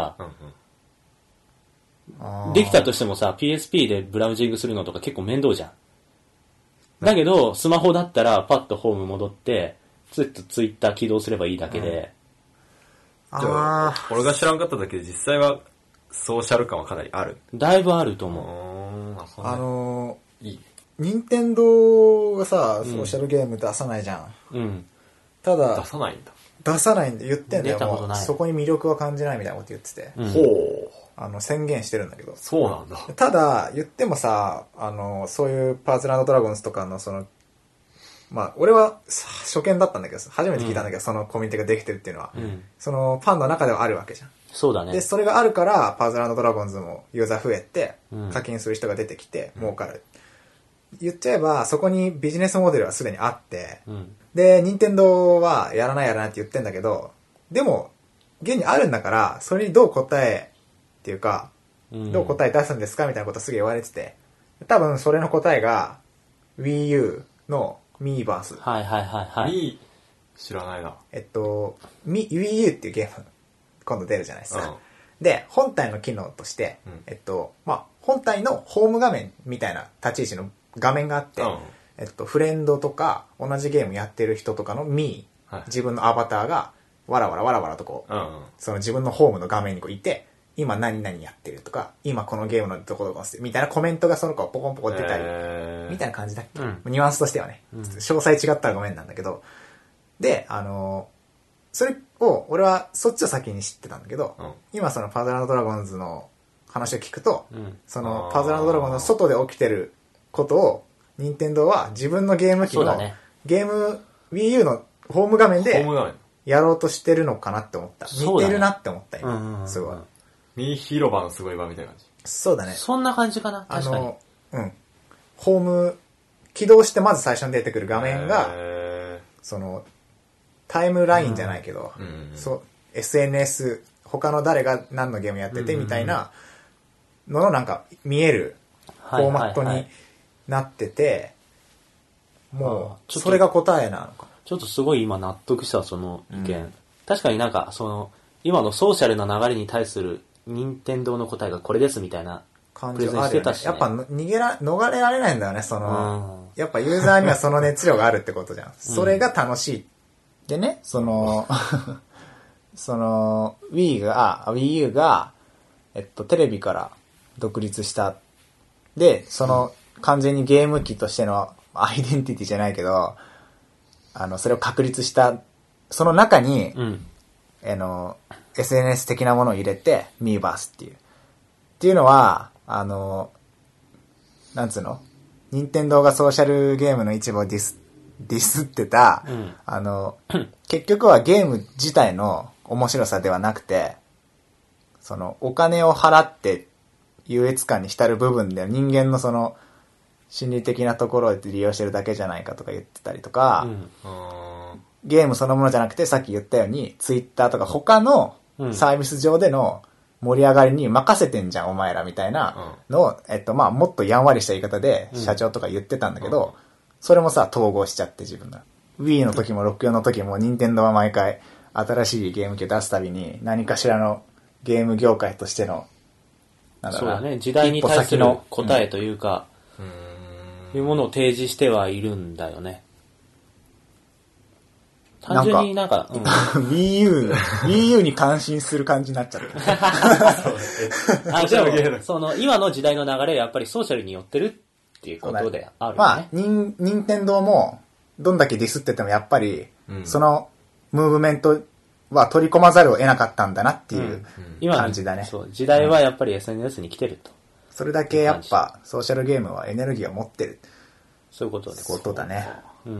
うんうん、できたとしてもさ、ピーエスピー でブラウジングするのとか結構面倒じゃん。だけど、スマホだったらパッとホーム戻って、ずっとツイッター起動すればいいだけで。 うん、じゃあ、俺が知らんかっただけで実際はソーシャル感はかなりある。 だいぶあると思う。 うあのー、いい。任天堂がさ、ソーシャルゲーム出さないじゃん。うん。ただ、 出さないんだ。 出さないんで言ってんだよ。もうそこに魅力は感じないみたいなこと言ってて。うん、ほう。あの、宣言してるんだけど。 そうなんだ。 ただ、言ってもさ、あの、そういうパーツランドドラゴンズとかのその、まあ、俺は初見だったんだけど、初めて聞いたんだけど、うん、そのコミュニティができてるっていうのは、うん、そのファンの中ではあるわけじゃん。 そうだね。 で、それがあるから、パズル&ドラゴンズもユーザー増えて、課金する人が出てきて、儲かる。言っちゃえば、そこにビジネスモデルはすでにあって、うん、で、任天堂はやらないやらないって言ってんだけど、でも、現にあるんだから、それにどう答えっていうか、うん、どう答え出すんですかみたいなことすげえ言われてて、多分それの答えが Wii U のミーバース。 はいはいはいはい。 ミー知らないな。 えっと、ミ Wii U っていうゲーム今度出るじゃないですか。うん、で、本体の機能として、うん、えっと、まあ、本体のホーム画面みたいな立ち位置の画面があって、うん、えっと、フレンドとか同じゲームやってる人とかのミー、はい、自分のアバターがわらわらわらわらとこう、うん、その自分のホームの画面にこういて、今何々やってるとか、今このゲームのどこどこしてみたいなコメントがその子ポコンポコン出たり、みたいな感じだっけ、うん、ニュアンスとしてはね、うん、詳細違ったらごめんなんだけど、で、あのー、それを、俺はそっちを先に知ってたんだけど、うん、今そのパズル&ドラゴンズの話を聞くと、うん、そのパズル&ドラゴンズの外で起きてることを、任天堂は自分のゲーム機の、ね、ゲーム Wii U のホーム画面でやろうとしてるのかなって思った。似てるなって思った今、うんうん、すごい。 ミー広場のすごい場みたいな感じ。 そうだね。 そんな感じかな。確かに。あの、 うん。ホーム、起動してまず最初に出てくる画面が、その、タイムラインじゃないけど、うん、そエスエヌエス、他の誰が何のゲームやっててみたいなののなんか見えるフォーマットになってて、もう、それが答えなのかな。 ちょっとすごい今納得したその意見。うん、確かになんかその、今のソーシャルな流れに対する任天堂の答えがこれですみたいな感じがあるよね。やっぱ逃げら、逃れられないんだよね、その、やっぱユーザーにはその熱量があるってことじゃん。それが楽しい。でね、その、その、Wii が、Wii U が、えっと、テレビから独立した。で、その、完全にゲーム機としてのアイデンティティじゃないけど、あの、それを確立した、その中に、うん、あの、エスエヌエス 的なものを入れて、ミーバースっていう。っていうのは、あの、なんつうの？任天堂がソーシャルゲームの一部をディス、ディスってた、うん、あの、結局はゲーム自体の面白さではなくて、その、お金を払って優越感に浸る部分で人間のその、心理的なところで利用してるだけじゃないかとか言ってたりとか、うん、ゲームそのものじゃなくてさっき言ったようにツイッターとか他のサービス上での盛り上がりに任せてんじゃんお前らみたいなのを、えっとまあもっとやんわりした言い方で社長とか言ってたんだけど、それもさ統合しちゃって自分が Wii の時もろくじゅうよんの時も任天堂は毎回新しいゲーム機を出すたびに何かしらのゲーム業界としてのなんだろうな、そうだね、時代に対する答えというか、うんいうものを提示してはいるんだよね。単純になんか、 うん、Wii U、Wii U に感心する感じになっちゃって。 あ、でも、その、今の時代の流れはやっぱりソーシャルに寄ってるっていうことであるよね。 まあ、任天堂も、どんだけディスっててもやっぱり、うん、その、ムーブメントは取り込まざるを得なかったんだなっていう感じだね。 うんうん、そう、時代はやっぱり エスエヌエス に来てると。 それだけやっぱソーシャルゲームはエネルギーを持ってる。 そういうことです。 ことだね。うん。うん、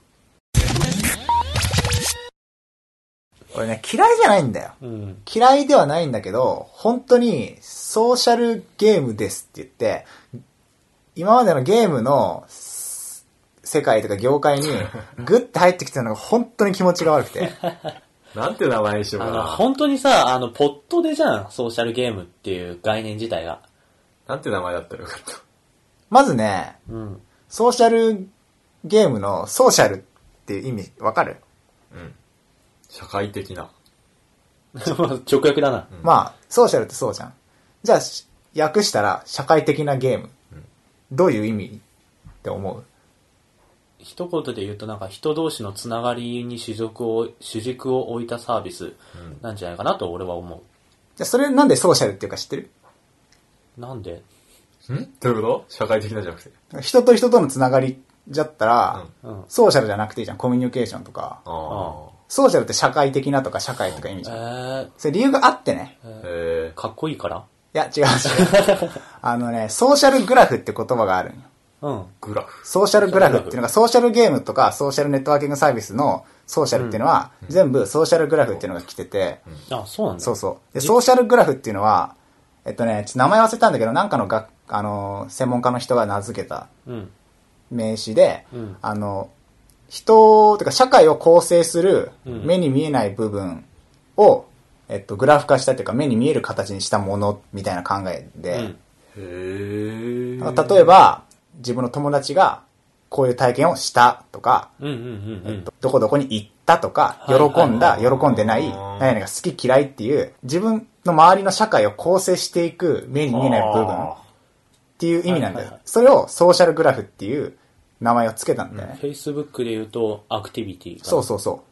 俺ね、嫌いじゃないんだよ、うん。嫌いではないんだけど、本当にソーシャルゲームですって言って、今までのゲームの世界とか業界にグッて入ってきてるのが本当に気持ちが悪くて。 なんて名前にしようかな。 本当にさ、あの、ポットでじゃん、ソーシャルゲームっていう概念自体が。 なんて名前だったらよかった。 まずね、うん、ソーシャルゲームのソーシャルっていう意味わかる？ うん。社会的な。 直訳だな。 うん、まあ、ソーシャルってそうじゃん。じゃあ、訳したら社会的なゲーム。うん、どういう意味って思う？ 一言で言うとなんか人同士のつながりに主軸を、主軸を置いたサービスなんじゃないかなと俺は思う。 じゃあそれなんでソーシャルっていうか知ってる？ なんで？ ん？どういうこと？社会的なじゃなくて。 人と人とのつながりじゃったら、うん、ソーシャルじゃなくていいじゃん。コミュニケーションとか。あソーシャルって社会的なとか社会とか意味じゃん。えー、それ理由があってね。 えー、かっこいいから？ いや、違う違う。あのね、ソーシャルグラフって言葉があるんよ。 うん。 グラフ。 ソーシャルグラフっていうのが、ソーシャルゲームとかソーシャルネットワーキングサービスのソーシャルっていうのは、うん、全部ソーシャルグラフっていうのが来てて。 うん、あ、そうなんだ。 そうそう。で、ソーシャルグラフっていうのは、えっとね、ちょっと名前忘れたんだけど、なんかのが、あの、専門家の人が名付けた名詞で、うん、あの、人、とか社会を構成する目に見えない部分を、えっと、グラフ化したっていうか、目に見える形にしたものみたいな考えで、うん、へー。例えば、自分の友達がこういう体験をしたとか、うんうんうんうんえっと、どこどこに行ったとか、喜んだ、喜んでない、何々が好き嫌いっていう、自分の周りの社会を構成していく目に見えない部分っていう意味なんだよ。はいはいはい、それをソーシャルグラフっていう名前をつけたんだよね。 うん、Facebook で言うとアクティビティ。 そうそうそう。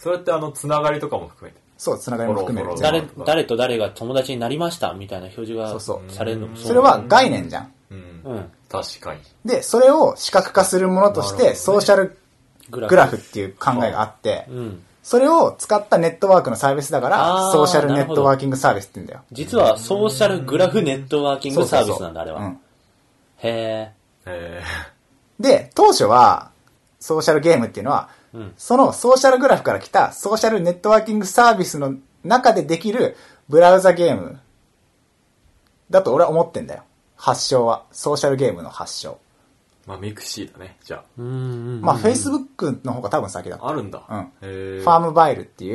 それってあの、つながりとかも含めて。 そう、つながりも含める。 誰、誰と誰が友達になりましたみたいな表示がされるのもそうそう。それは概念じゃん。 うん。うん、確かに。 で、それを視覚化するものとして、ね、ソーシャルグラフっていう考えがあって、うん、それを使ったネットワークのサービスだから、ソーシャルネットワーキングサービスって言うんだよ。 実はソーシャルグラフネットワーキングサービスなんだ、あれは。うん、へー。へー。で、当初は、ソーシャルゲームっていうのは、うん、そのソーシャルグラフから来たソーシャルネットワーキングサービスの中でできるブラウザゲームだと俺は思ってんだよ。発祥は。ソーシャルゲームの発祥。 まあミクシーだね、じゃあ。 うんまあ Facebook の方が多分先だった。 あるんだ。 うん。ファームバイルっていう、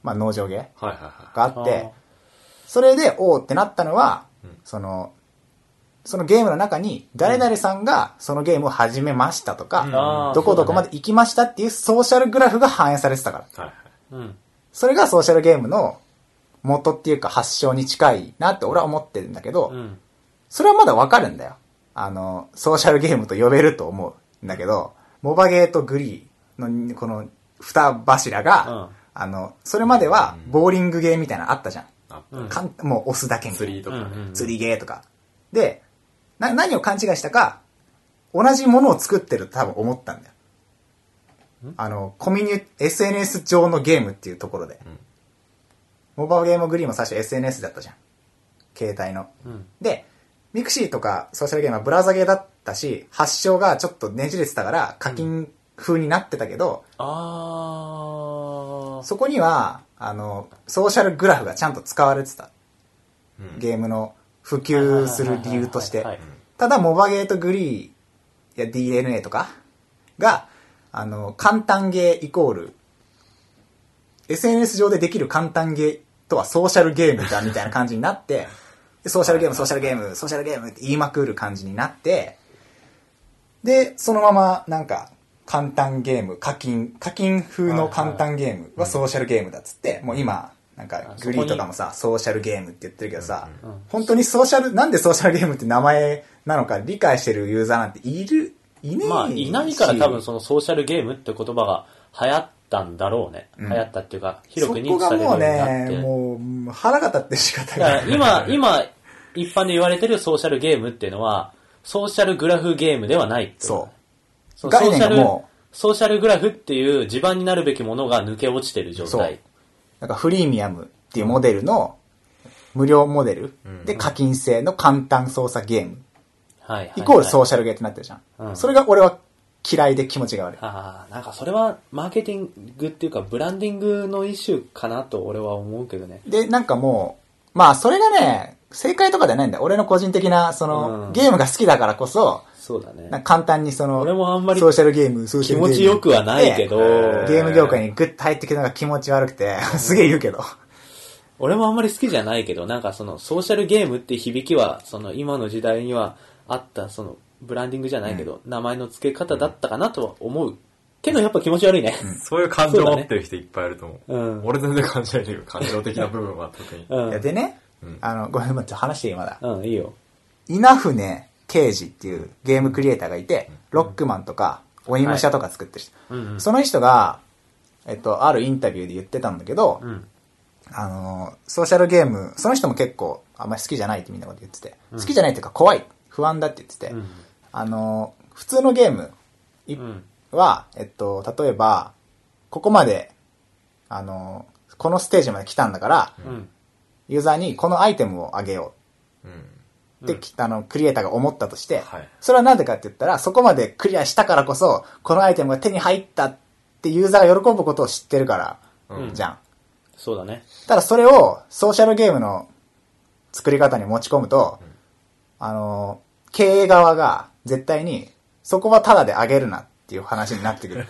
まあ農場ゲーがあって、はいはいはい、それでおーってなったのは、うん、その、そのゲームの中に誰々さんがそのゲームを始めましたとか、うん、どこどこまで行きましたっていうソーシャルグラフが反映されてたから。はいはい、うん、それがソーシャルゲームの元っていうか発祥に近いなって俺は思ってるんだけど、うん、それはまだわかるんだよ。あの、ソーシャルゲームと呼べると思うんだけど、モバゲーとグリーのこの二柱が、うん、あの、それまではボーリングゲーみたいなのあったじゃん。うん、かんもう押すだけみたいな。釣りとかね。釣りゲーとか。で、な、何を勘違いしたか、同じものを作ってると多分思ったんだよ。あの、コミュニ、エスエヌエス 上のゲームっていうところで。うん、モバゲームグリーンも最初 エスエヌエス だったじゃん。携帯の。うん、で、ミクシーとかソーシャルゲームはブラウザゲーだったし、発祥がちょっとねじれてたから課金風になってたけど、うん、あそこには、あの、ソーシャルグラフがちゃんと使われてた。うん、ゲームの普及する理由として。ただ、モバゲーとグリーや ディーエヌエー とかが、あの、簡単ゲーイコール、エスエヌエス 上でできる簡単ゲーとはソーシャルゲームだみたいな感じになって、ソーシャルゲーム、ソーシャルゲーム、ソーシャルゲームって言いまくる感じになって、で、そのままなんか、簡単ゲーム、課金、課金風の簡単ゲームはソーシャルゲームだっつって、もう今、なんかグリーとかもさ、ソーシャルゲームって言ってるけどさ、うんうん、本当にソーシャル、なんでソーシャルゲームって名前なのか理解してるユーザーなんている、いねえし。 まあ、いないから多分そのソーシャルゲームって言葉が流行ったんだろうね。うん、流行ったっていうか、広く認知されるようになって。 そこがもうね、もう腹が立って仕方がない。 今、今、一般で言われてるソーシャルゲームっていうのは、ソーシャルグラフゲームではないって。 そう。 そのソーシャル、ソーシャルグラフっていう地盤になるべきものが抜け落ちてる状態。そう。 なんかフリーミアムっていうモデルの無料モデルで課金制の簡単操作ゲーム。はいはいはい、イコールソーシャルゲーってなってるじゃん。うん、それが俺は嫌いで気持ちが悪い。 ああ、なんかそれはマーケティングっていうかブランディングの一種かなと俺は思うけどね。 で、なんかもう、まあそれがね、正解とかじゃないんだよ。俺の個人的な、その、うん、ゲームが好きだからこそ、 そうだね。 なんか簡単にその、 俺もあんまりソーシャルゲーム、ソーシャルゲーム。 気持ちよくはないけど、 ゲーム業界にグッと入ってきたのが気持ち悪くて、すげえ言うけど。 俺もあんまり好きじゃないけど、なんかその、ソーシャルゲームって響きは、その、今の時代にはあった、その、ブランディングじゃないけど、うん、名前の付け方だったかなとは思う。けどやっぱ気持ち悪いね。 うん、そういう感情を持ってる人いっぱいいると思う。うね、うん、俺全然感じないけど、感情的な部分は特に。 うん、いやでね、うん、あの、ごめん、ちょっと話していいまだ。 うん、いいよ。 稲船刑事っていうゲームクリエイターがいて、ロックマンとか、鬼武者とか作ってる人、はいうんうん。その人が、えっと、あるインタビューで言ってたんだけど、うん、あの、ソーシャルゲーム、その人も結構、あんまり好きじゃないってみんなこと言ってて、うん、好きじゃないっていうか怖い、不安だって言ってて、うん、あの、普通のゲームは、うん、えっと、例えば、ここまで、あの、このステージまで来たんだから、うん、ユーザーにこのアイテムをあげよう。うんで、うん、あの、クリエイターが思ったとして、はい、それはなんでかって言ったら、そこまでクリアしたからこそ、このアイテムが手に入ったってユーザーが喜ぶことを知ってるから、うん、じゃん。 そうだね。 ただそれをソーシャルゲームの作り方に持ち込むと、うん、あの、経営側が絶対に、そこはタダであげるなっていう話になってくる。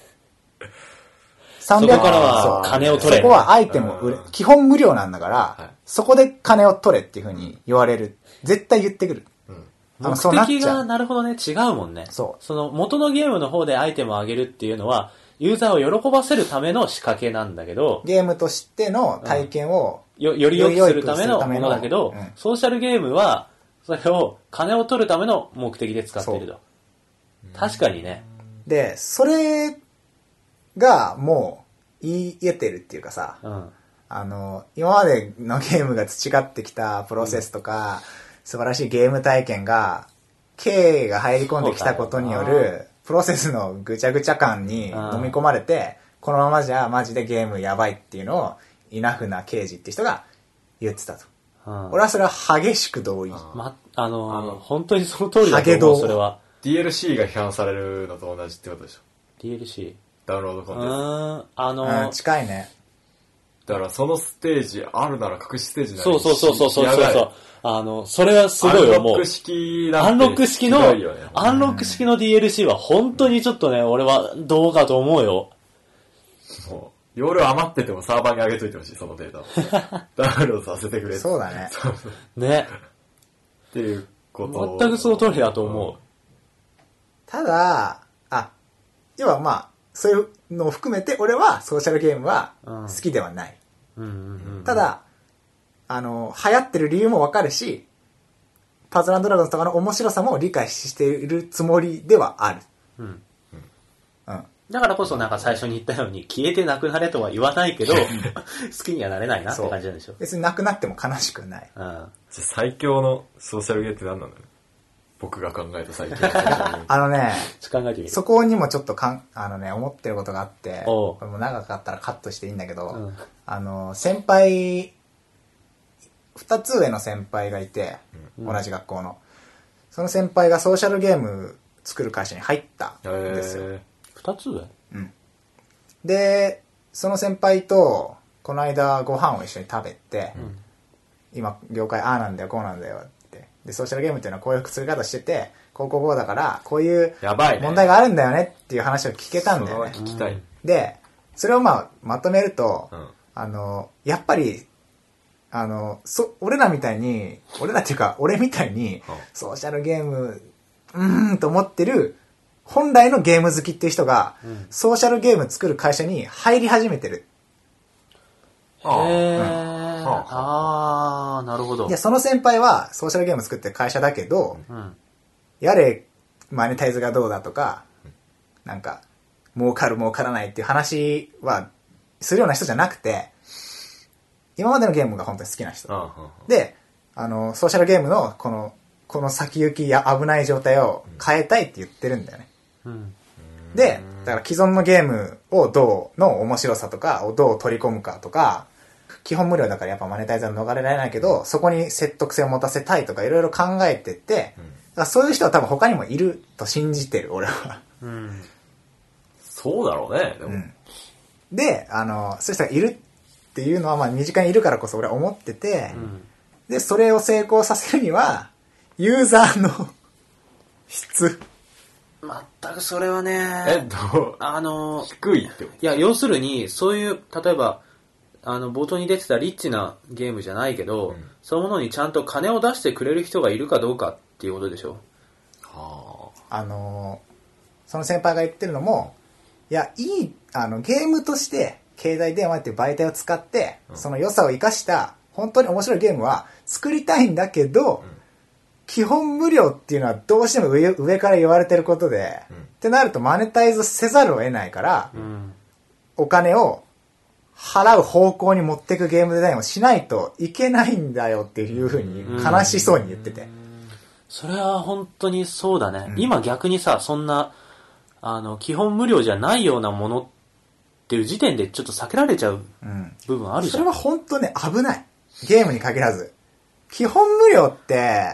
さんびゃくからは金を取れ。 そこはアイテムを売れ、基本無料なんだから、はい、そこで金を取れっていう風に言われる。絶対言ってくる。うん、 目的がなるほどね、違うもんね。そう。その元のゲームの方でアイテムをあげるっていうのは、ユーザーを喜ばせるための仕掛けなんだけど、 ゲームとしての体験を、 うん、よ, より良くするためのものだけど、うん、ソーシャルゲームは、それを金を取るための目的で使っていると。確かにね。 で、それがもう言えてるっていうかさ、うん、あの、今までのゲームが培ってきたプロセスとか、うん素晴らしいゲーム体験が、経営が入り込んできたことによる、プロセスのぐちゃぐちゃ感に飲み込まれて、このままじゃマジでゲームやばいっていうのを、稲船刑事って人が言ってたと。俺はそれは激しく同意。 ま、あの、あの本当にその通りだと思う、それは。 ディーエルシー が批判されるのと同じってことでしょ。 ディーエルシー? ダウンロードコンテンツ。うーん、あの、 近いね。 だからそのステージあるなら隠しステージならそうそうそうそうそうそう。あの、それはすごい思う。アンロック式なんて、 アンロック式の、アンロック式の ディーエルシー は本当にちょっとね、俺はどうかと思うよ。 容量余っててもサーバーに上げといてほしい、そのデータを。ダウンロードさせてくれ。 そうだね。 ね。 っていうことを。 全くその通りだと思う。うん、 ただ、あ、要はまあ、そういうのを含めて、俺はソーシャルゲームは好きではない。 うんうんうんうん、 ただ、あの、流行ってる理由もわかるし、パズル&ドラゴンズとかの面白さも理解しているつもりではある。 うん。 うん。 だからこそなんか最初に言ったように、消えてなくなれとは言わないけど、好きにはなれないなって感じなんでしょ。 別になくなっても悲しくない。 うん。じゃ最強のソーシャルゲーって何なんだろう、僕が考えた最強のソーシャルゲーム。 あのね、 考えてみる。 そこにもちょっとかん、あのね、思ってることがあって、 これも長かったらカットしていいんだけど、 うん、 あの、先輩、二つ上の先輩がいて、 うん、 同じ学校の。その先輩がソーシャルゲーム作る会社に入ったんですよ。 二つ上？ うん。で、その先輩と、この間ご飯を一緒に食べて、うん、今、業界ああなんだよ、こうなんだよって。で、ソーシャルゲームっていうのはこういう作り方してて、こうこうこうだから、こういう問題があるんだよねっていう話を聞けたんだよね。 聞きたい。 で、それをまあ、まとめると、 うん、 あの、やっぱり、あの、そ、俺らみたいに、俺らっていうか、俺みたいに、ソーシャルゲーム、うーんと思ってる、本来のゲーム好きっていう人が、うん、ソーシャルゲーム作る会社に入り始めてる。 へー。うん、あー、なるほど。 で、その先輩は、ソーシャルゲーム作ってる会社だけど、 うん、 やれ、マネタイズがどうだとか、なんか、儲かる儲からないっていう話は、するような人じゃなくて、今までのゲームが本当に好きな人。 ああで、あの、ソーシャルゲームの、この、この先行きや危ない状態を変えたいって言ってるんだよね。 うん、 で、だから既存のゲームをどう、の面白さとかをどう取り込むかとか、基本無料だからやっぱマネタイズは逃れられないけど、そこに説得性を持たせたいとかいろいろ考えてて、だからそういう人は多分他にもいると信じてる、俺は。 うん、 そうだろうね、でも。 うん、で、あの、そういう人がいるっていうのは、まあ身近にいるからこそ俺は思ってて、 うん、 で、それを成功させるには、ユーザーの質。 全くそれはね、 え、どうあの、 低いってこと？ いや、要するに、そういう、例えば、あの、冒頭に出てたリッチなゲームじゃないけど、うん、そういうものにちゃんと金を出してくれる人がいるかどうかっていうことでしょ。 はあ。あの、その先輩が言ってるのも、いや、いい、あの、ゲームとして、携帯電話っていう媒体を使って、うん、その良さを生かした、本当に面白いゲームは作りたいんだけど、うん、基本無料っていうのはどうしても 上, 上から言われてることで、うん、ってなるとマネタイズせざるを得ないから、 うん、 お金を払う方向に持っていくゲームデザインをしないといけないんだよっていうふうに悲しそうに言ってて。うん、 それは本当にそうだね。うん、今逆にさ、そんな、あの、基本無料じゃないようなものっていう時点でちょっと避けられちゃう部分あるじゃん。 うん、それは本当ね、危ない。ゲームに限らず。基本無料って、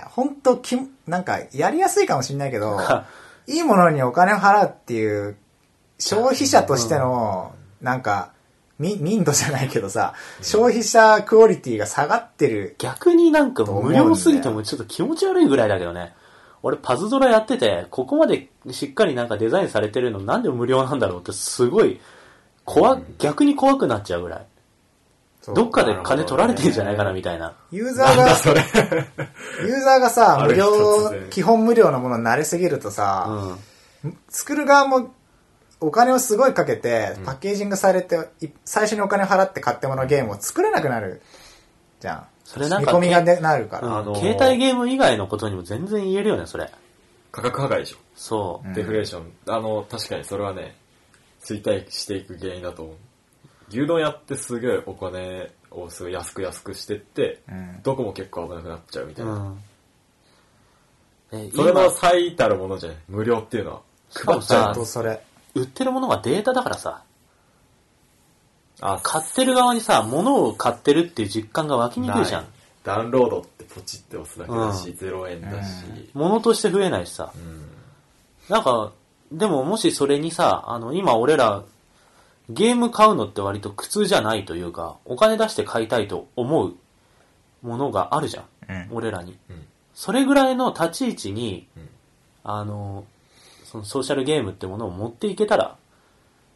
本当き、なんか、やりやすいかもしれないけど、いいものにお金を払うっていう、消費者としての、なんか、み、民度じゃないけどさ、消費者クオリティが下がってる。 逆になんか無料すぎてもちょっと気持ち悪いぐらいだけどね。俺パズドラやってて、ここまでしっかりなんかデザインされてるのなんで無料なんだろうってすごい、怖、逆に怖くなっちゃうぐらい。どっかで金取られてんじゃないかなみたいな。 ユーザーが、ユーザーがさ、無料、基本無料のものに慣れすぎるとさ、うん、作る側もお金をすごいかけて、パッケージングされて、うん、最初にお金払って買ってもらうゲームを作れなくなるじゃん。 それなんか、 見込みがなるから、 うんあのー。携帯ゲーム以外のことにも全然言えるよね、それ。 価格破壊でしょ。 そう。 デフレーション。あの、確かにそれはね、衰退していく原因だと思う。牛丼やってすげえお金をすごい安く安くしてって、うん、どこも結構危なくなっちゃうみたいな。うん、それの最たるものじゃない無料っていうのは。 配っちゃうとそれ。 売ってるものがデータだからさ。あ、買ってる側にさ、物を買ってるっていう実感が湧きにくいじゃん。 ダウンロードってポチって押すだけだし、うん、ゼロえんだし、 うん。物として増えないしさ。うん、なんか、でももしそれにさ、あの、今俺ら、ゲーム買うのって割と苦痛じゃないというか、お金出して買いたいと思うものがあるじゃん。うん、俺らに、うん。それぐらいの立ち位置に、うん、あの、そのソーシャルゲームってものを持っていけたら、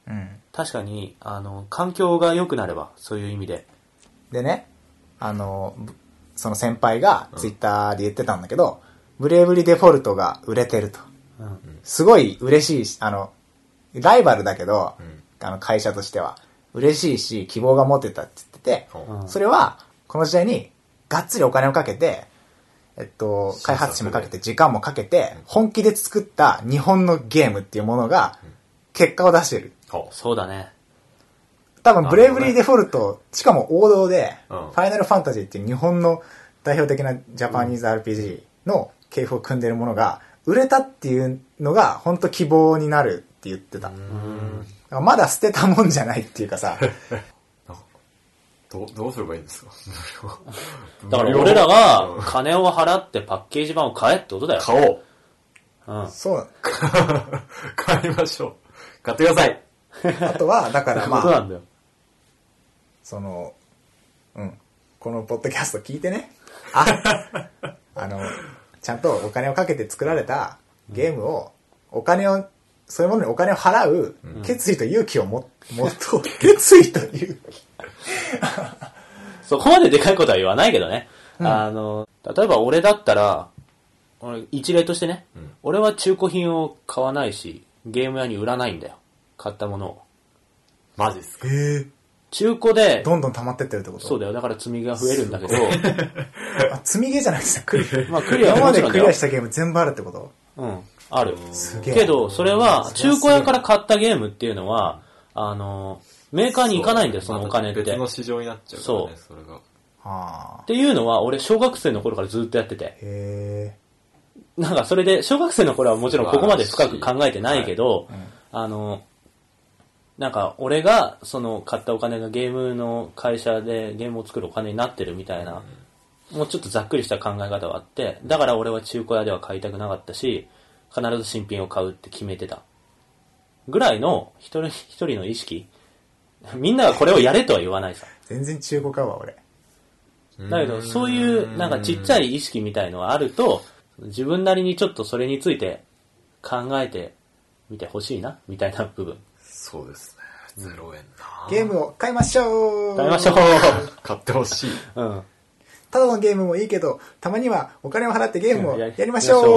うん、確かに、あの、環境が良くなれば、そういう意味で。 でね、あの、その先輩がツイッターで言ってたんだけど、うん、ブレイブリデフォルトが売れてると。うん、すごい嬉しいし、あの、ライバルだけど、うん、あの会社としては嬉しいし、希望が持てたって言ってて、うん、それは、この時代にがっつりお金をかけて、えっと、開発費もかけて、時間もかけて、本気で作った日本のゲームっていうものが、結果を出してる。 そうだね。 多分、ブレイブリーデフォルト、しかも王道で、ファイナルファンタジーっていう日本の代表的なジャパニーズ アールピージー の系譜を組んでるものが、売れたっていうのが、本当希望になるって言ってた。うんまだ捨てたもんじゃないっていうかさ、 ど, どうすればいいんですかだから俺らが金を払ってパッケージ版を買えってことだよ。 買おう。 うん。そう。 買いましょう。買ってください。 あとは、だからまあ、 そうなんだよ。 その、うん。このポッドキャスト聞いてね。あ、あの、ちゃんとお金をかけて作られたゲームを、お金を、そういうものにお金を払う決意と勇気をも、もっと、決意と勇気。 そこまででかいことは言わないけどね。うん、あの、例えば俺だったら、俺一例としてね、うん、俺は中古品を買わないし、ゲーム屋に売らないんだよ。買ったものを。 マジっすか？ へー。 中古で、 どんどん溜まってってるってこと？ そうだよ。だから積み毛が増えるんだけど。 あ、積み毛じゃなくてクリア。 まあクリアは今までクリアしたゲーム全部あるってこと？ うん。ある。 すげえ。 けど、それは中古屋から買ったゲームっていうのは、あの、メーカーに行かないんだよ、そのお金って。 別の市場になっちゃうからね、そう。それが。 はあ。 っていうのは、俺、小学生の頃からずっとやってて。 へー。なんか、それで、小学生の頃はもちろんここまで深く考えてないけど、はいうん、あの、なんか、俺が、その、買ったお金がゲームの会社でゲームを作るお金になってるみたいな、うん、もうちょっとざっくりした考え方があって、だから俺は中古屋では買いたくなかったし、必ず新品を買うって決めてた。ぐらいの、一人一人の意識。みんながこれをやれとは言わないさ。 全然中古買うわ、俺。 だけど、そういう、なんかちっちゃい意識みたいのがあると、自分なりにちょっとそれについて考えてみてほしいな、みたいな部分。 そうですね。ゼロえんな。 ゲームを買いましょう買いましょう買ってほしい。 うん。 ただのゲームもいいけど、たまにはお金を払ってゲームをやりましょう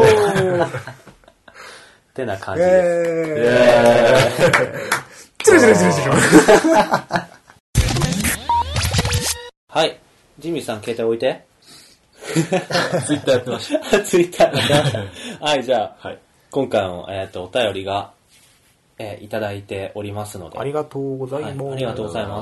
ってな感じです。 えーチルチルチルチルはい。ジミーさん、携帯置いて。 ツイッターやってました。 ツイッターやってました。はい、じゃあ、 はい、 今回の、えー、とお便りが、えー、いただいておりますので。 ありがとうございます。 はい、ありがとうございます。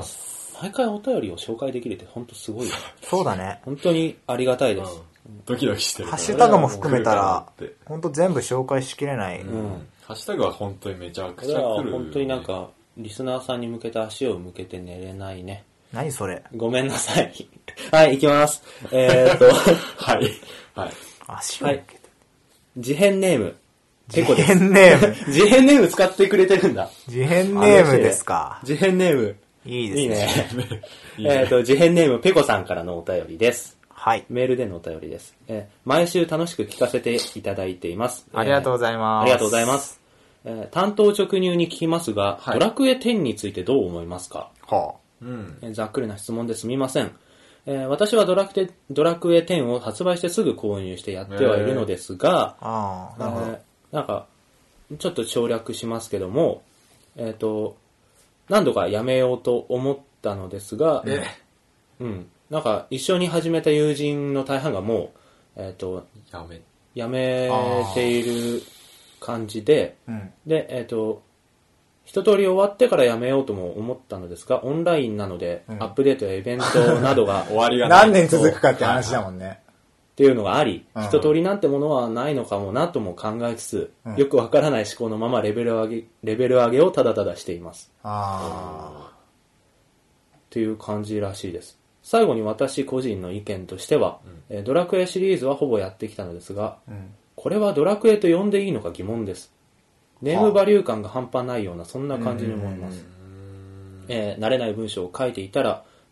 毎回お便りを紹介できるって本当すごいよ。 そうだね。 本当にありがたいです。 うん、ドキドキしてる。 ハッシュタグも含めたら、本当全部紹介しきれない。 うん。ハッシュタグは本当にめちゃくちゃ来る。 本当になんか、リスナーさんに向けて足を向けて寝れないね。 何それ？ ごめんなさい。はい、行きます。えーっと、 はい。はい。 足を向けて。 自編ネーム。 自編ネーム。 自編ネーム使ってくれてるんだ。 自編ネームですか。 自編ネーム。 いいですね。 いいね。えーっと、自編ネーム、ペコさんからのお便りです。 はい。 メールでのお便りです。えー、毎週楽しく聞かせていただいています。 ありがとうございます。 ありがとうございます。えー、担当直入に聞きますが、はい、ドラクエテンについてどう思いますか？ はあうんえー、ざっくりな質問ですみません。えー、私はドラクエ、ドラクエテンを発売してすぐ購入してやってはいるのですが、 えー、あなるほど、えー、 なんか、ちょっと省略しますけども、えっと、何度かやめようと思ったのですが、 えー、うん。なんか、一緒に始めた友人の大半がもう、えっと、 やめ、 やめている感じで、 うん、 で、えっと、一通り終わってからやめようとも思ったのですが、オンラインなので、うん、アップデートやイベントなどが終わりがない何年続くかって話だもんね。 っていうのがあり、うん、一通りなんてものはないのかもなとも考えつつ、うん、よくわからない思考のままレベル上げ、レベル上げをただただしています。 あっていう感じらしいです。最後に私個人の意見としては、うん、ドラクエシリーズはほぼやってきたのですが、うん、これはドラクエと呼んでいいのか疑問です。ネームバリュー感が半端ないようなそんな感じに思います。えー、慣れない文章を書いていたら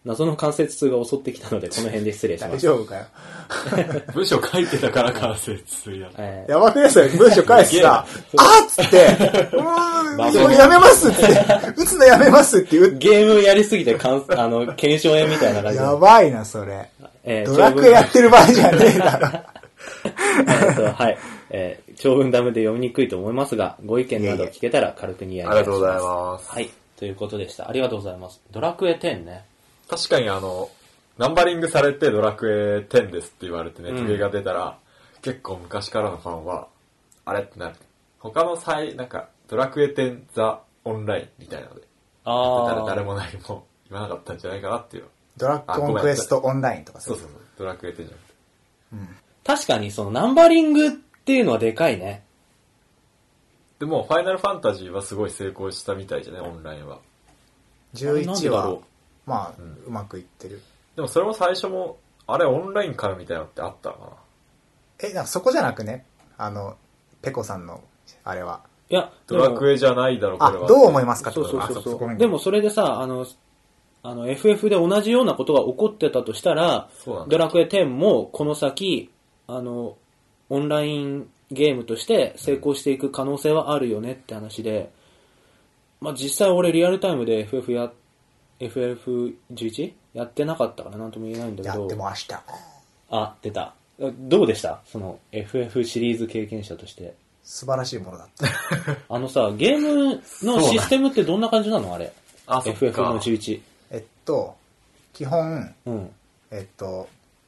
謎の関節痛が襲ってきたので、この辺で失礼します。 大丈夫かよ。 文章書いてたから関節痛や。 えー、やばくないですよ。文章返すさ、あっつって、うーん、それやめますって、打つのやめますって言う。 ゲームやりすぎてかん、あの、検証炎みたいな感じ。 やばいな、それ。 えー、 ドラクエやってる場合じゃねえだろ。 えっと、はい。えー、長文ダムで読みにくいと思いますが、ご意見など聞けたら軽くにやります。 ありがとうございます。 はい。ということでした。ありがとうございます。ドラクエテンね。 確かにあの、ナンバリングされてドラクエテンですって言われてね、トゲが出たら、うん、結構昔からのファンは、あれってなる。他の際、なんか、ドラクエテンザオンラインみたいなので、ああ。誰も何も言わなかったんじゃないかなっていう。 ドラゴンクエストオンラインとかそうそうそう。ドラクエテンじゃなくて。 うん。確かにそのナンバリングっていうのはでかいね。 でも、ファイナルファンタジーはすごい成功したみたいじゃね、オンラインは。 じゅういちは、まあ、うん、うまくいってる。 でもそれも最初も、あれオンラインからみたいなのってあったのかな。 え、なんかそこじゃなくね、あの、ペコさんの、あれは。 いや、 ドラクエじゃないだろ、これは。 あ、どう思いますかってことそうそうそうそう。でもそれでさ、あの、あの、エフエフ で同じようなことが起こってたとしたら、ドラクエテンもこの先、あの、オンラインゲームとして成功していく可能性はあるよねって話で、まあ実際俺リアルタイムで エフエフ や、エフエフじゅういち? やってなかったからなんとも言えないんだけど。 やってました。 あ、出た。どうでしたその エフエフ シリーズ経験者として。 素晴らしいものだった。 あのさ、ゲームのシステムってどんな感じなのあれ。あ、エフエフ のじゅういち。 えっと、基本、 うん、 えっと、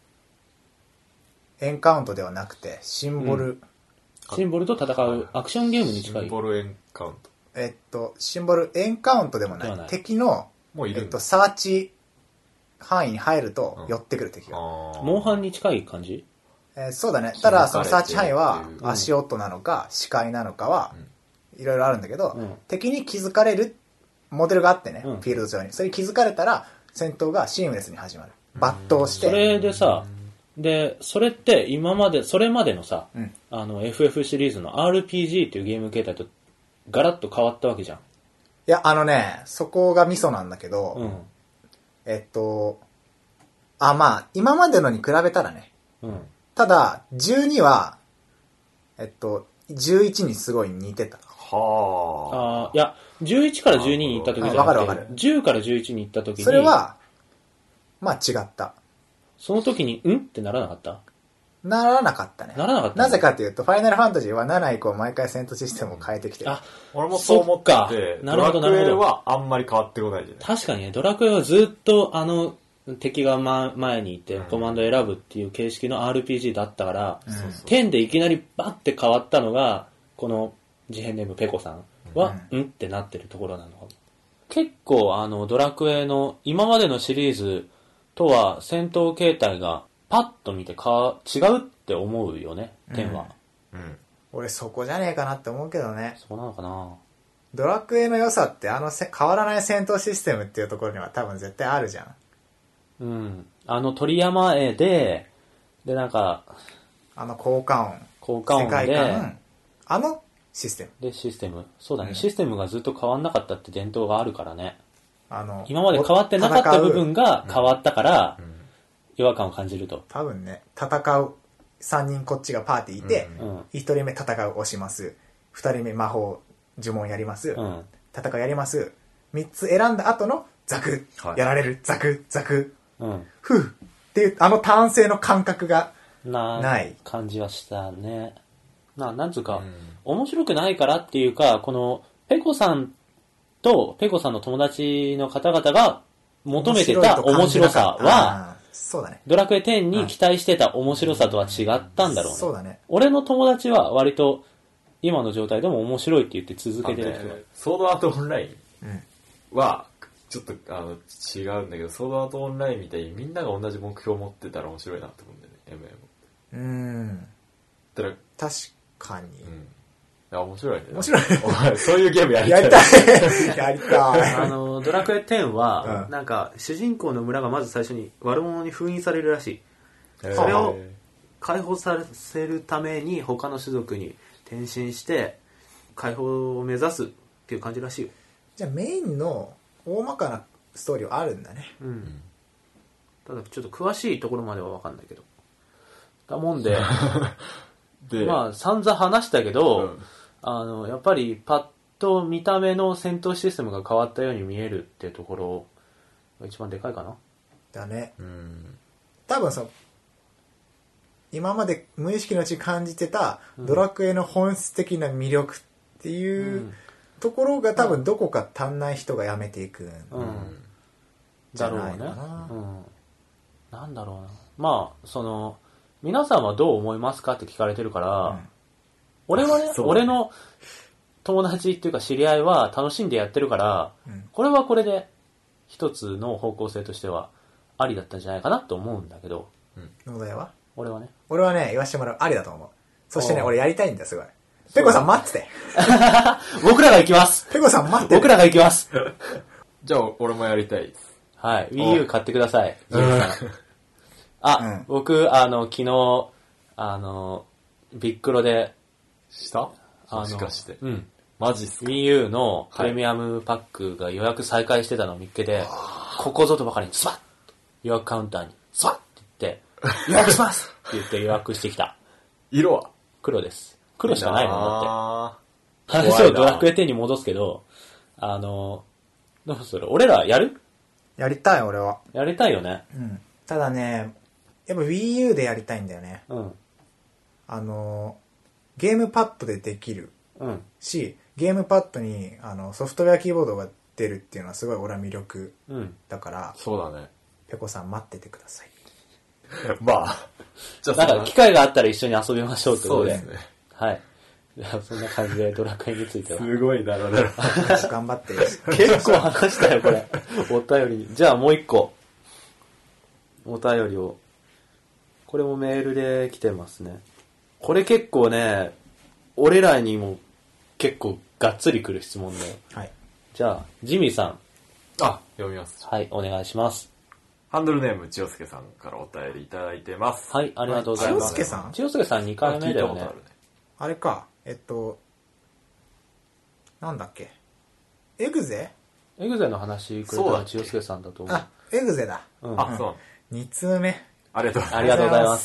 エンカウントではなくて、シンボル、うん、 シンボルと戦うアクションゲームに近い。 シンボルエンカウント。 えっと、シンボルエンカウントでもない。ない敵の、もういるえっと、サーチ範囲に入ると寄ってくる敵が。 うん、モンハンに近い感じ、 えー、そうだね。ただ、そのサーチ範囲は足音なのか視界なのかはいろいろあるんだけど、うん、敵に気づかれるモデルがあってね、うん、フィールド上に。それに気づかれたら戦闘がシームレスに始まる。抜刀して。 それでさ、で、それって今まで、それまでのさ、うん、あの エフエフ シリーズの アールピージー っていうゲーム形態とガラッと変わったわけじゃん。 いや、あのね、そこがミソなんだけど、 うん、 えっと、あ、まあ、今までのに比べたらね、 うん、 ただ、じゅうには、えっと、じゅういちにすごい似てた。 はあ。あいや、じゅういちからじゅうにに行った時じゃなくて、 わかるわかる。 じゅうからじゅういちに行った時に、 それは、まあ違った。 その時に、んってならなかった？ ならなかったね。 ならなかった、 ね。なぜかというと、ファイナルファンタジーはなな以降毎回戦闘システムを変えてきてる。 あ、俺もそう思ってて、なるほどドラクエはあんまり変わってこないじゃない。 確かにね、ドラクエはずっとあの、敵が前にいてコマンド選ぶっていう形式の アールピージー だったから、うん、テンでいきなりバッて変わったのが、この事変ネームペコさんは、うん、んってなってるところなのかも。結構あの、ドラクエの今までのシリーズとは戦闘形態がパッと見てか違うって思うよね、テンは、 うんうん。 俺そこじゃねえかなって思うけどね。 そうなのかな。 ドラクエの良さってあのせ変わらない戦闘システムっていうところには多分絶対あるじゃん。 うん。あの鳥山絵で、でなんか、 あの効果音。 効果音で。世界観。 あのシステム。 で、システム。そうだね、うん。システムがずっと変わんなかったって伝統があるからね。 あの、 今まで変わってなかった部分が変わったから、違和感を感じると。 多分ね、戦うさんにんこっちがパーティーいて、うん、ひとりめ戦う押します。ふたりめ魔法呪文やります。 うん、 戦うやります。みっつ選んだ後のザク、はい、やられる、ザク、ザク、 うん、 ふうっていう、あの単性の感覚がない感じはしたね。な、なんつうか、うん、面白くないからっていうか、このペコさんとペコさんの友達の方々が求めてた面白さは、 そうだね。 ドラクエテンに期待してた面白さとは違ったんだろうね。 そうだね。 俺の友達は割と今の状態でも面白いって言って続けてる人、 ね、ソードアートオンラインはちょっとあの違うんだけど、ソードアートオンラインみたいにみんなが同じ目標を持ってたら面白いなって思うんだよね、エムエム。 うーん。 だから確かに。 うん。いや、面白いね。 面白い。 お前、そういうゲームやりたい。 やりたい。やりたい。 あの、ドラクエテンは、うん、なんか、主人公の村がまず最初に悪者に封印されるらしい。それを解放させるために他の種族に転身して、解放を目指すっていう感じらしいよ。 じゃあメインの大まかなストーリーはあるんだね。 うん。 ただちょっと詳しいところまではわかんないけど。だもんで、でまあ散々話したけど、うん、あの、やっぱりパッと見た目の戦闘システムが変わったように見えるっていうところが一番でかいかな。 だね。うん。多分さ、今まで無意識のうちに感じてたドラクエの本質的な魅力っていうところが多分どこか足んない人がやめていくんじゃないかな。うん、だろうね。うん。なんだろうな。まあ、その、皆さんはどう思いますかって聞かれてるから、うん、俺はね、俺の友達っていうか知り合いは楽しんでやってるから、うん、これはこれで一つの方向性としてはありだったんじゃないかなと思うんだけど。 うん。野田は俺はね。 俺はね、言わせてもらう。ありだと思う。そしてね、俺やりたいんだよ、すごい。ペコさん待ってて。 僕らが行きます。 ペコさん待ってて。 僕らが行きます。 じゃあ、俺もやりたい。 はい。Wii U 買ってください。ジムさん。あ、うん、僕、あの、昨日、あの、ビックロで、 したあの、 しかして。 うん。 マジっすか Wii U のプレミアムパックが予約再開してたのを見っけて、はい、ここぞとばかりにスパッと予約カウンターにスパッって言って、予約しますって言って予約してきた。 色は黒です。黒しかないもんだって。話をドラクエテンに戻すけど、あの、どうする？俺らやる？ やりたい、俺は。 やりたいよね。 うん。ただね、やっぱ Wii U でやりたいんだよね。 うん。 あの、ゲームパッドでできる。 うん。 し、ゲームパッドにあのソフトウェアキーボードが出るっていうのはすごい俺は魅力。 うん。 だから、 そうだね。 ペコさん待っててください。 まあ。 じゃあ、なんか機会があったら一緒に遊びましょうってことで。 そうですね。 はい。じゃあそんな感じでドラクエについては。 すごいだろうだろ。 頑張って。 結構話したよ、これ。お便りに。じゃあもう一個。お便りを。これもメールで来てますね。これ結構ね、俺らにも結構がっつり来る質問で。 はい。 じゃあ、ジミーさん。 あ、読みます。 はい、お願いします。 ハンドルネーム、千代介さんからお便りいただいてます。 はい、ありがとうございます。 千代介さん千代介さんにかいめだよね。あ, ねあれか、えっと、なんだっけ。エグゼエグゼの話くれたのは千代介さんだと思う。 あ、エグゼだ。 うん、 あ、そう。 に通目。 ありがとうございます。 ありがとうございます。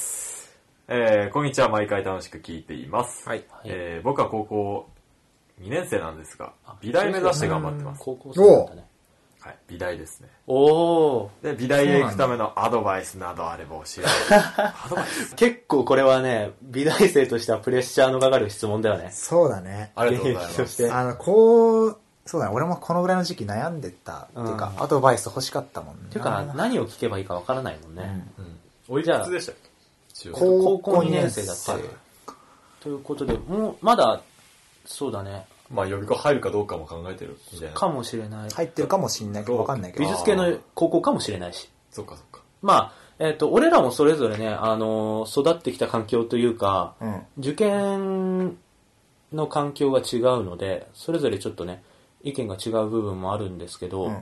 えー、こんにちは、毎回楽しく聞いています。 はい。 えー、僕は高校にねん生なんですが、美大目指して頑張ってます。 高校生だったね。 はい、美大ですね。 おー。 で、美大へ行くためのアドバイスなどあれば教えて。アドバイス結構これはね、美大生としてはプレッシャーのかかる質問だよね。 そうだね。 ありがとうございます。 あの、こう、そうだね。俺もこのぐらいの時期悩んでた。っていうか、アドバイス欲しかったもんね。 っていうか、何を聞けばいいかわからないもんね。 うん。うん、おいくつでしたっけ？ 高校にねん生だって。ということで、もう、まだ、そうだね。 まあ予備校入るかどうかも考えてるみたいな。 かもしれない。 入ってるかもしれないけど、わかんないけど。 美術系の高校かもしれないし。 そっかそっか。 まあ、えっ、ー、と、俺らもそれぞれね、あのー、育ってきた環境というか、 うん、 受験の環境が違うので、それぞれちょっとね、意見が違う部分もあるんですけど、うん、はい、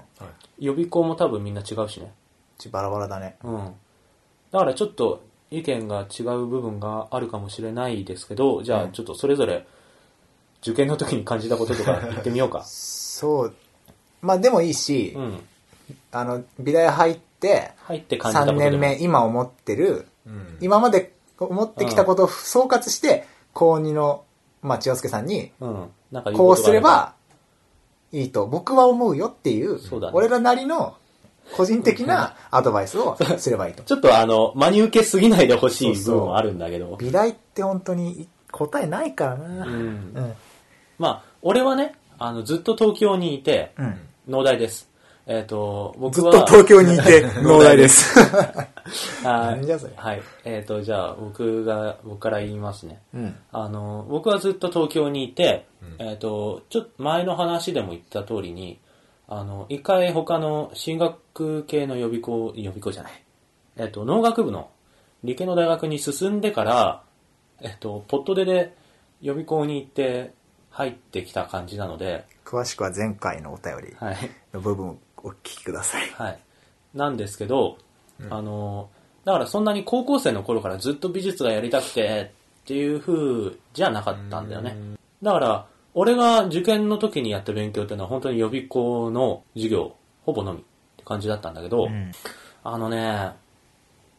予備校も多分みんな違うしね。 バラバラだね。 うん。だからちょっと意見が違う部分があるかもしれないですけど、じゃあちょっとそれぞれ、受験の時に感じたこととか言ってみようか。 そう。まあでもいいし、 うん、 あの、美大入って、 入って感じたことでもさんねんめ、今思ってる、 うん、 今まで思ってきたことを総括して、高にの、まあ、千代介さんに、 うん、なんかこうすればいいと僕は思うよっていう、 そうだね、 俺らなりの個人的なアドバイスをすればいいと。 ちょっとあの、真に受けすぎないでほしい部分はあるんだけど。そうそう美大って本当に答えないからな。 うん。 うん、 まあ、俺はね、あの、ずっと東京にいて、 うん、 農大です。えっ、ー、と、僕は。ずっと東京にいて、農大です。 何じゃそれ。はい。えっ、ー、と、じゃあ、僕が、僕から言いますね。 うん、 あの、僕はずっと東京にいて、 うん、 えっ、ー、と、ちょっと前の話でも言った通りに、あの、一回他の進学系の予備校、予備校じゃない。えっ、ー、と、農学部の理系の大学に進んでから、えっ、ー、と、ポットでで予備校に行って、入ってきた感じなので、 詳しくは前回のお便りの部分をお聞きください。 はい。なんですけど、うん、あの、だからそんなに高校生の頃からずっと美術がやりたくてっていう風じゃなかったんだよね。だから、俺が受験の時にやった勉強っていうのは本当に予備校の授業、ほぼのみって感じだったんだけど、 うん、 あのね、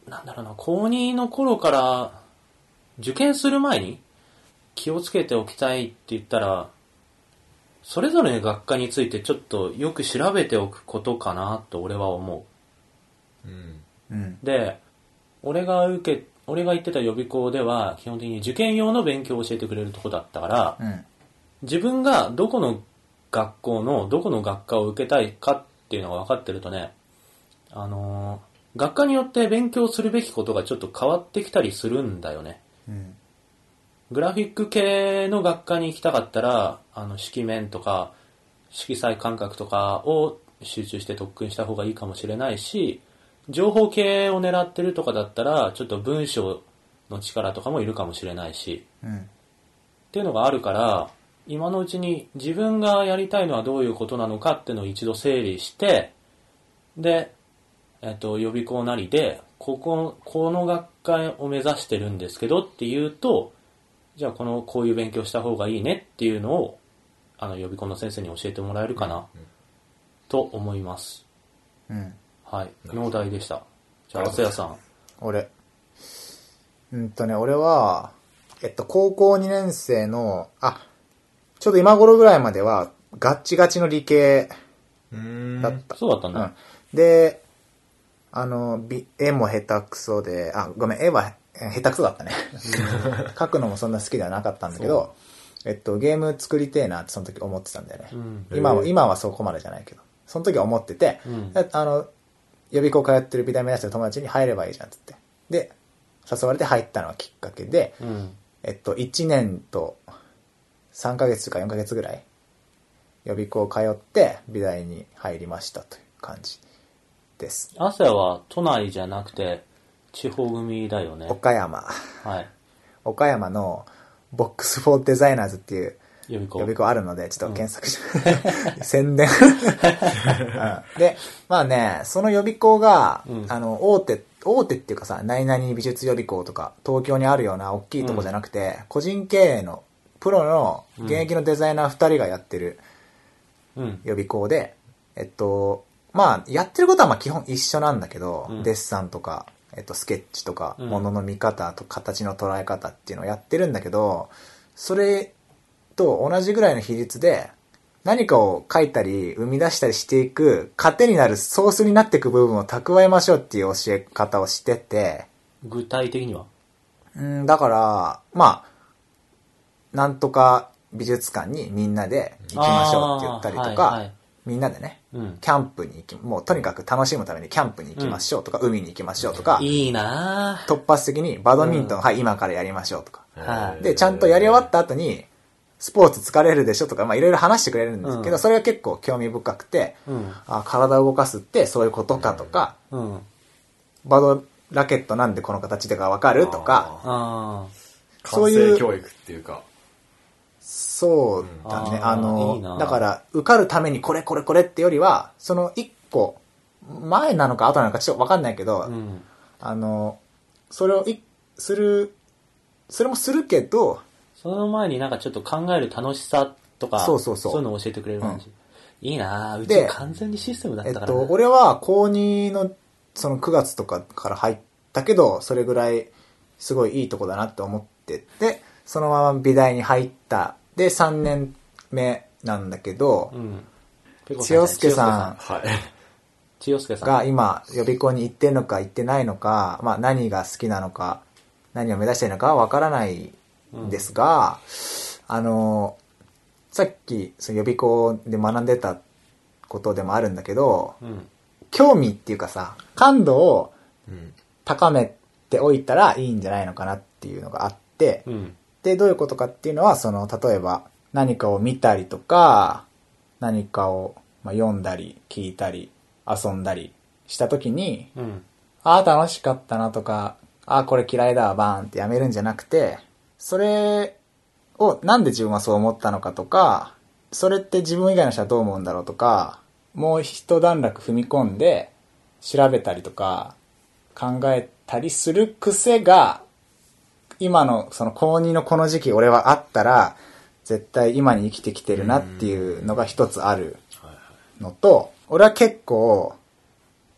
なんだろうな、高にの頃から受験する前に気をつけておきたいって言ったら、それぞれの学科についてちょっとよく調べておくことかなと俺は思う。うん。で、俺が受け、俺が行ってた予備校では基本的に受験用の勉強を教えてくれるとこだったから、うん、自分がどこの学校のどこの学科を受けたいかっていうのが分かってるとね、あのー、学科によって勉強するべきことがちょっと変わってきたりするんだよね。うん、グラフィック系の学科に行きたかったら、あの色面とか色彩感覚とかを集中して特訓した方がいいかもしれないし、情報系を狙ってるとかだったらちょっと文章の力とかもいるかもしれないし、うん、っていうのがあるから、今のうちに自分がやりたいのはどういうことなのかっていうのを一度整理して、で、えっと、予備校なりでこここの学科を目指してるんですけどっていうと、じゃあこのこういう勉強した方がいいねっていうのをあの予備校の先生に教えてもらえるかな、うん、と思います。うん。はい。農大でした。じゃあ、あつやさん。 俺。うんとね、俺は、えっと、高校にねん生の、あ、ちょうど今頃ぐらいまでは、ガッチガチの理系だった。 そうだったんだ。うん。 で、あの、絵も下手くそで、あ、ごめん、絵は下手くそだったね。描くのもそんな好きではなかったんだけど、えっと、ゲーム作りてえなってその時思ってたんだよね。うん、今は、今はそこまでじゃないけど。その時は思ってて、うん、あの、予備校通ってる美大目指してる友達に入ればいいじゃんっつって。で、誘われて入ったのがきっかけで、うん、えっと、いちねんとさんかげつとかよんかげつぐらい予備校通って美大に入りましたという感じです。 アセは都内じゃなくて地方組だよね。 岡山。 はい。 岡山のボックスフォーデザイナーズっていう予備校予備校あるので、ちょっと検索して、うん、宣伝、うん。で、まあね、その予備校が、うん、あの、大手、大手っていうかさ、何々美術予備校とか、東京にあるような大きいとこじゃなくて、うん、個人経営の、プロの現役のデザイナーふたりがやってる予備校で、うん、えっと、まあ、やってることはまあ基本一緒なんだけど、うん、デッサンとか、えっと、スケッチとか、ものの見方と形の捉え方っていうのをやってるんだけど、それと同じぐらいの比率で、何かを書いたり、生み出したりしていく、糧になるソースになっていく部分を蓄えましょうっていう教え方をしてて。 具体的には？ うん、だから、まあ、なんとか美術館にみんなで行きましょうって言ったりとか、はいはい、みんなでね、うん、キャンプに行き、もうとにかく楽しむためにキャンプに行きましょうとか、うん、海に行きましょうとか、 いいな突発的にバドミントン、うん、はい、今からやりましょうとか。はい、で、ちゃんとやり終わった後に、スポーツ疲れるでしょとか、まあいろいろ話してくれるんですけど、うん、それが結構興味深くて、うん、あ、体を動かすってそういうことかとか、うん、バドラケットなんでこの形でかわかるとか、 あそういう。教育っていうか。 そうだね。あ, あのいいな、だから受かるためにこれこれこれってよりは、その一個、前なのか後なのかちょっとわかんないけど、うん、あの、それをいする、それもするけど、 その前になんかちょっと考える楽しさとか、 そうそうそう。 そういうのを教えてくれる感じ。うん、いいなぁ。うち完全にシステムだったから、ね。 えっと、俺は高にのそのくがつとかから入ったけど、それぐらいすごいいいとこだなって思ってて、そのまま美大に入った。で、さんねんめなんだけど、うん、千代介さん千代介さんが今予備校に行ってんのか行ってないのか、まあ何が好きなのか、何を目指しているのかはわからないですが、うん、あのさっきその予備校で学んでたことでもあるんだけど、うん、興味っていうかさ、感度を高めておいたらいいんじゃないのかなっていうのがあって、うん、でどういうことかっていうのは、その例えば何かを見たりとか、何かをまあ読んだり聞いたり遊んだりしたときに、うん、ああ楽しかったなとか、ああこれ嫌いだわバーンってやめるんじゃなくて、それをなんで自分はそう思ったのかとか、それって自分以外の人はどう思うんだろうとか、もう一段落踏み込んで調べたりとか考えたりする癖が、今のその高にのこの時期俺はあったら絶対今に生きてきてるなっていうのが一つあるのと、俺は結構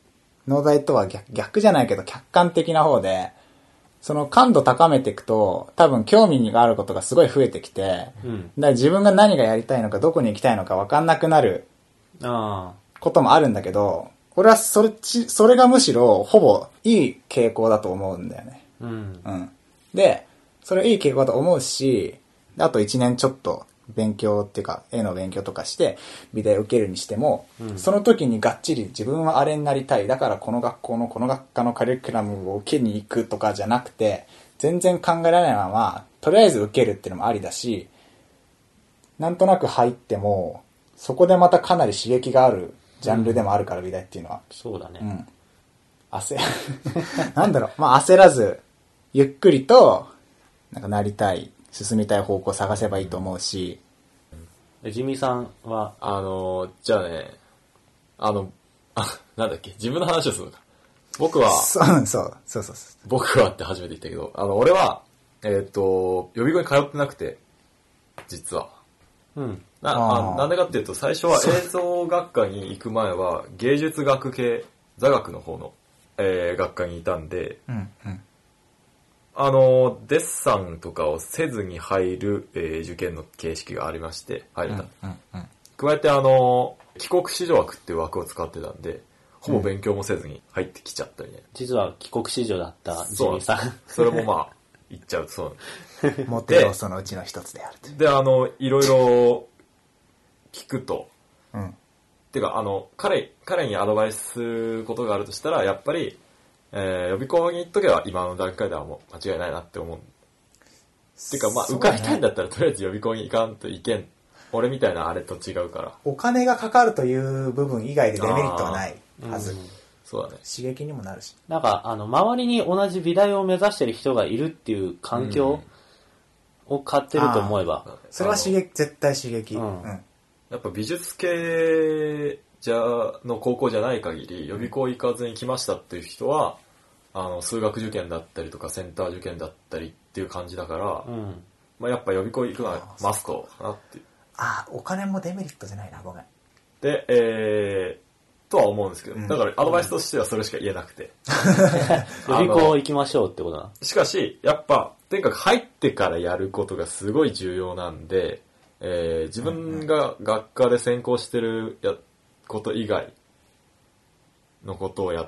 農大とは逆、逆じゃないけど客観的な方で、その感度高めていくと、多分興味があることがすごい増えてきて、うん、だから自分が何がやりたいのか、どこに行きたいのか分かんなくなることもあるんだけど、俺はそれ、それがむしろほぼいい傾向だと思うんだよね。うん。うん。で、それいい傾向だと思うし、あと一年ちょっと勉強っていうか、絵の勉強とかして、美大を受けるにしても、うん、その時にがっちり自分はあれになりたい。だからこの学校のこの学科のカリキュラムを受けに行くとかじゃなくて、全然考えられないまま、とりあえず受けるっていうのもありだし、なんとなく入っても、そこでまたかなり刺激があるジャンルでもあるから、美大っていうのは。 そうだね。 うん。焦、なんだろう、まあ焦らず、ゆっくりと、なんかなりたい、進みたい方向を探せばいいと思うし。 うん、ジミーさんは、 あの、じゃあね、あの、あ、なんだっけ、自分の話をするのか。僕は、 そう、そう、そうそう。 僕はって初めて言ったけど、あの、俺は、えっ、ー、と、予備校に通ってなくて、実は。うん。な、あなんでかっていうと、最初は映像学科に行く前は、芸術学系、座学の方の、えー、学科にいたんで、うんうん、あの、デッサンとかをせずに入る、えー、受験の形式がありまして、入れた。うんうんうん、加えて、あの、帰国子女枠っていう枠を使ってたんで、ほぼ勉強もせずに入ってきちゃったりね。 実は帰国子女だったジミーさん。 それもまあ、言っちゃうとそう。 モテ要素のうちの一つであると。 で、あの、いろいろ聞くと、うん。てか、あの、彼、彼にアドバイスすることがあるとしたら、やっぱり、えー、予備校に行っとけば今の段階ではもう間違いないなって思う。てか、まあ、受かりたいんだったらとりあえず予備校に行かんといけん。俺みたいなあれと違うから。 お金がかかるという部分以外でデメリットはないはず。うん、 そうだね。 刺激にもなるし。 なんか、あの、周りに同じ美大を目指してる人がいるっていう環境を買ってると思えば。 それは刺激、絶対刺激。うん。うん、 やっぱ美術系じゃ、の高校じゃない限り、予備校行かずに来ましたっていう人は、あの、数学受験だったりとか、センター受験だったりっていう感じだから、うん、まあやっぱ予備校行くのはマストかなっていう。 ああ、お金もデメリットじゃないな、ごめん。 で、えー、とは思うんですけど、うん、だからアドバイスとしてはそれしか言えなくて。 予備校行きましょうってことだ。 しかし、やっぱ、とにかく入ってからやることがすごい重要なんで、えー、自分が学科で専攻してるやこと以外のことをやって、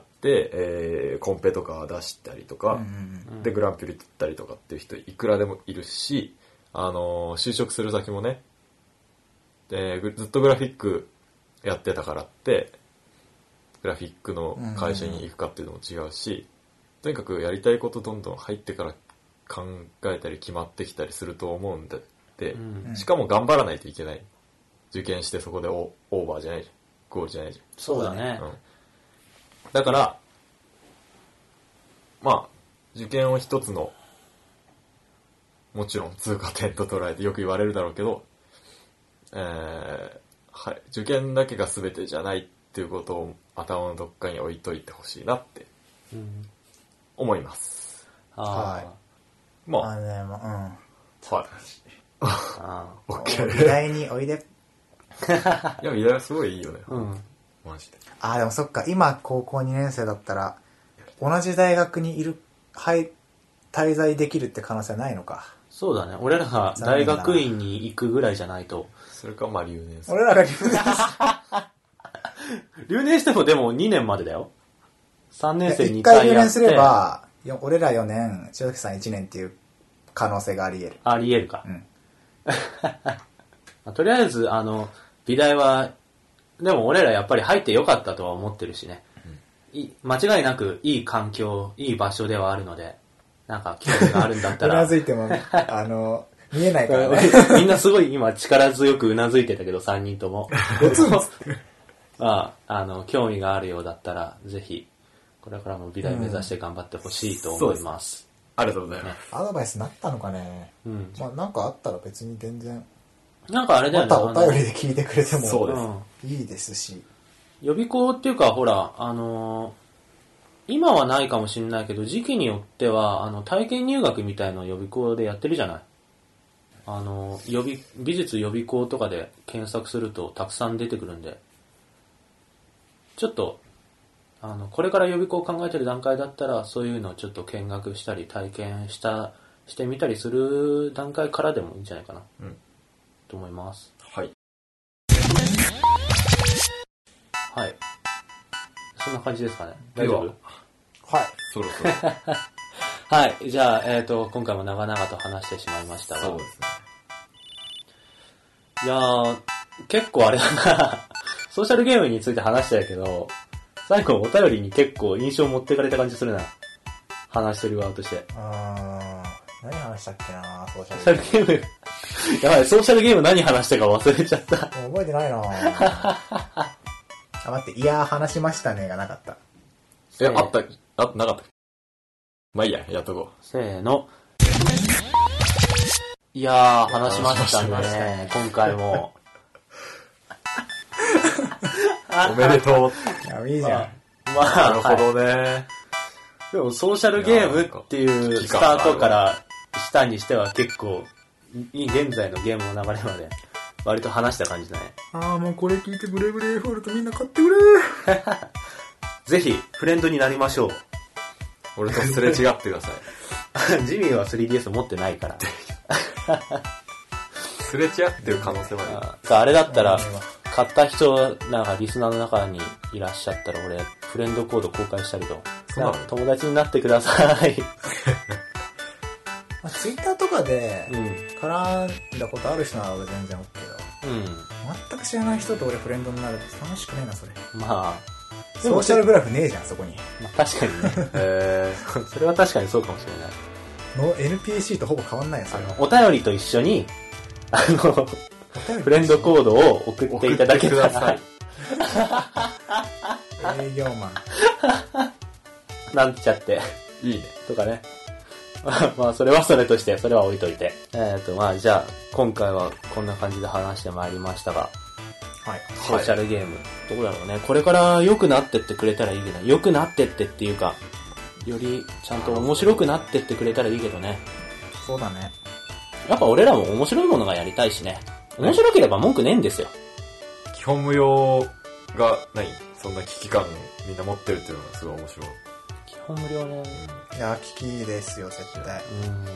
えー、コンペとか出したりとか、うんうんうん、で、グランプリ取ったりとかっていう人いくらでもいるし、あのー、就職する先もね、で、ずっとグラフィックやってたからって、グラフィックの会社に行くかっていうのも違うし、うんうん、とにかくやりたいことどんどん入ってから考えたり決まってきたりすると思うんで、うん、しかも頑張らないといけない。受験してそこでオーバーじゃないじゃん。ゴールじゃないじゃん。 そうだね。うん、 だから、まあ、受験を一つの、もちろん通過点と捉えてよく言われるだろうけど、えーはい、受験だけが全てじゃないっていうことを頭のどっかに置いといてほしいなって思います。 うん、はい。まあ、あね、まあ、うん。 はい。ああ、オッケー。 美大においで。 いや、美大はすごいいいよね。うん。マジで。 ああ、でもそっか、今高校にねん生だったら、同じ大学にいる、はい、滞在できるって可能性はないのか。 そうだね。俺らが大学院に行くぐらいじゃないと。 それかまあ留年する。俺らが留年する。 留年してもでもにねんまでだよ。さんねん生にかいやって。いっかい留年すれば、俺らよねん、千崎さんいちねんっていう可能性があり得る。 あり得るか。うん。とりあえず、あの、美大は、でも俺らやっぱり入ってよかったとは思ってるしね。うん、い間違いなくいい環境、いい場所ではあるので、なんか興味があるんだったら。 うなずいても、あの、見えないからね。 みんなすごい今力強くうなずいてたけど、さんにんとも。まあ、あの、興味があるようだったら、ぜひ、これからも美大目指して頑張ってほしいと思います。 うん、ありがとうございます。 アドバイスなったのかね。うん。まあ、なんかあったら別に全然。 なんかあれだよね。 またお便りで聞いてくれても。 そうです。 いいですし。 予備校っていうか、ほら、あのー、今はないかもしれないけど、時期によっては、あの、体験入学みたいなのを予備校でやってるじゃない。あの、予備、美術予備校とかで検索するとたくさん出てくるんで、ちょっと、 あの、これから予備校を考えてる段階だったら、そういうのをちょっと見学したり、体験した、してみたりする段階からでもいいんじゃないかな。うん。と思います。 はい。 はい。そんな感じですかね。大丈夫？ はい。 そろそろ。 はい。じゃあ、えっと、今回も長々と話してしまいましたが。 そうですね。 いやー、結構あれだな。ソーシャルゲームについて話したけど、最後お便りに結構印象持ってかれた感じするな。話してる側として。 あー、何話したっけなソーシャルゲーム。ゲームやばい、ソーシャルゲーム何話したか忘れちゃった。 もう覚えてないなあ、待って、いやー話しましたねがなかった。 え、あった、あ、なかった。まあいいや、やっとこう。せーの。いやー、話しましたね。今回も。 おめでとう。 いや、いいじゃん。 まあ、なるほどね、はい。 でも、ソーシャルゲームっていうスタートからしたにしては結構、現在のゲームの流れまで割と話した感じだね。 あー、もうこれ聞いてブレブレエフォールトみんな買ってくれぜひ、フレンドになりましょう。 俺とすれ違ってください。ジミーは スリーディーエス 持ってないから。 すれ違ってる可能性もある。あれだったら、買った人、なんかリスナーの中にいらっしゃったら俺、フレンドコード公開したりと。友達になってください。 ツイッターとかで絡んだことある人なら俺全然 OK だ。うん。全く知らない人と俺フレンドになると楽しくねえな、それ。 まあ。 ソーシャルグラフねえじゃん、そこに。 まあ、確かにね。へー。それは確かにそうかもしれない。 の エヌピーシー とほぼ変わんないよ、それ。 あの、お便りと一緒に、あの、フレンドコードを送っていただけたら。 営業マン。 なんちゃって。 いいね。 とかね。まあ、それはそれとして、それは置いといて。えっと、まあ、じゃあ、今回はこんな感じで話してまいりましたが。 はい。 ソーシャルゲーム。どうだろうね。これから良くなってってくれたらいいけど、良くなってってっていうか、よりちゃんと面白くなってってくれたらいいけどね。 そうだね。 やっぱ俺らも面白いものがやりたいしね。面白ければ文句ねえんですよ。 基本無料が何そんな危機感みんな持ってるっていうのがすごい面白い。 基本無料ね。 いや、危機ですよ、絶対。うん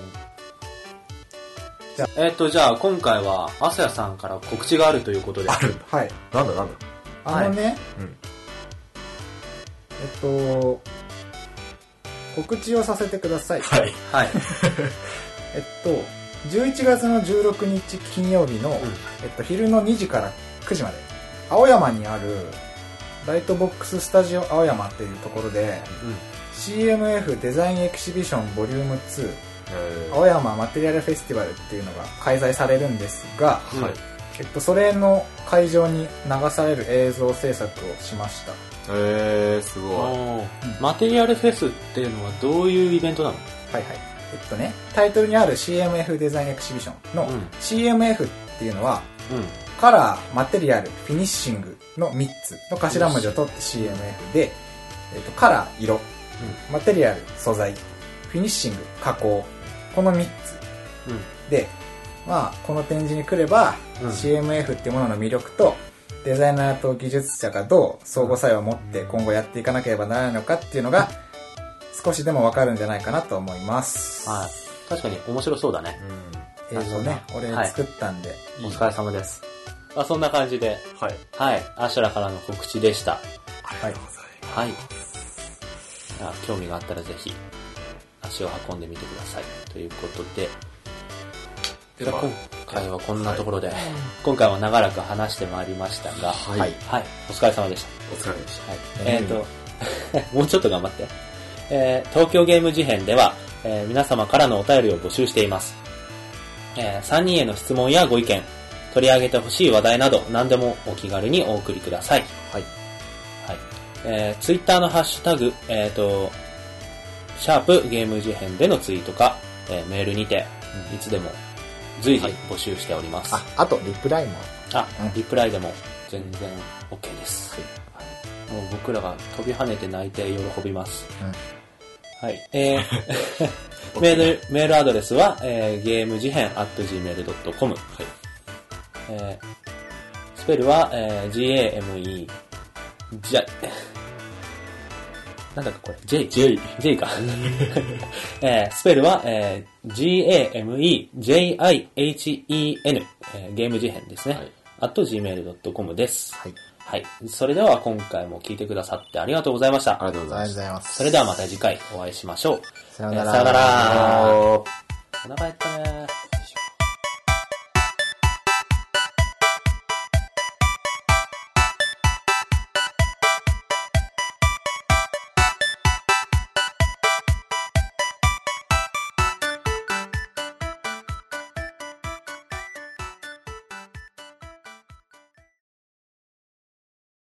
じゃえっ、ー、と、じゃあ今回は、あさやさんから告知があるということで。 あるはい。 なんだなんだあのね、はい、うん、えっと、告知をさせてください。 はい。 はい。 えっと、じゅういちがつのじゅうろくにち金曜日の、うん、えっと、昼のにじからくじまで、青山にある、ライトボックススタジオ青山っていうところで、うん、シーエムエフ デザインエキシビションボリュームツー、青山マテリアルフェスティバルっていうのが開催されるんですが、はい、えっと、それの会場に流される映像制作をしました。 へー、すごい、 うん。マテリアルフェスっていうのはどういうイベントなの？ はいはい。えっとね、タイトルにある シーエムエフ デザインエキシビションの シーエムエフ っていうのは、うん、カラー、マテリアル、フィニッシングのみっつの頭文字を取って シーエムエフ で、えっと、カラー、色、うん、マテリアル、素材、フィニッシング、加工、このみっつ、うん、で、まあ、この展示に来れば、うん、シーエムエフ っていうものの魅力とデザイナーと技術者がどう相互作用を持って今後やっていかなければならないのかっていうのが少しでもわかるんじゃないかなと思います。 はい。確かに面白そうだね。 うん、映像ね、俺作ったんで、はい、 お疲れ様です。あ、そんな感じで、 はい。 はい。アシュラからの告知でした。 ありがとうございます。 はい。はい、興味があったらぜひ足を運んでみてください。ということで、じゃあ今回はこんなところで、はい、今回は長らく話してまいりましたが、はい。はい。お疲れ様でした。 お疲れでした。 はい。えっ、ー、と、もうちょっと頑張って。えー、東京ゲーム事変では、えー、皆様からのお便りを募集しています。えー、さんにんへの質問やご意見、取り上げてほしい話題など何でもお気軽にお送りください。 はい。 はい。えー、ツイッターのハッシュタグ、えっ、ー、と、シャープゲーム事変でのツイートか、えー、メールにて、いつでも随時募集しております。 はい、あ、あとリプライも。 あ、うん、リプライでも全然 OK です。はい、もう僕らが飛び跳ねて泣いて喜びます。うん、はい。えー、メール、メールアドレスは、えー、ゲーム事変 アットジーメールドットコム。はい。えー、スペルは、えー、ジェーエムイー、じゃ、 なんだかこれ J? J。J か。えー、スペルは、えー、ジーエーエムイージェイアイエイチイーエヌ、えー、ゲーム事変ですね。はい。あと ジーメールドットコム です。はい。はい。それでは今回も聞いてくださってありがとうございました。 ありがとうございます。 それではまた次回お会いしましょう。 さよなら。 さよなら。お腹減ったね。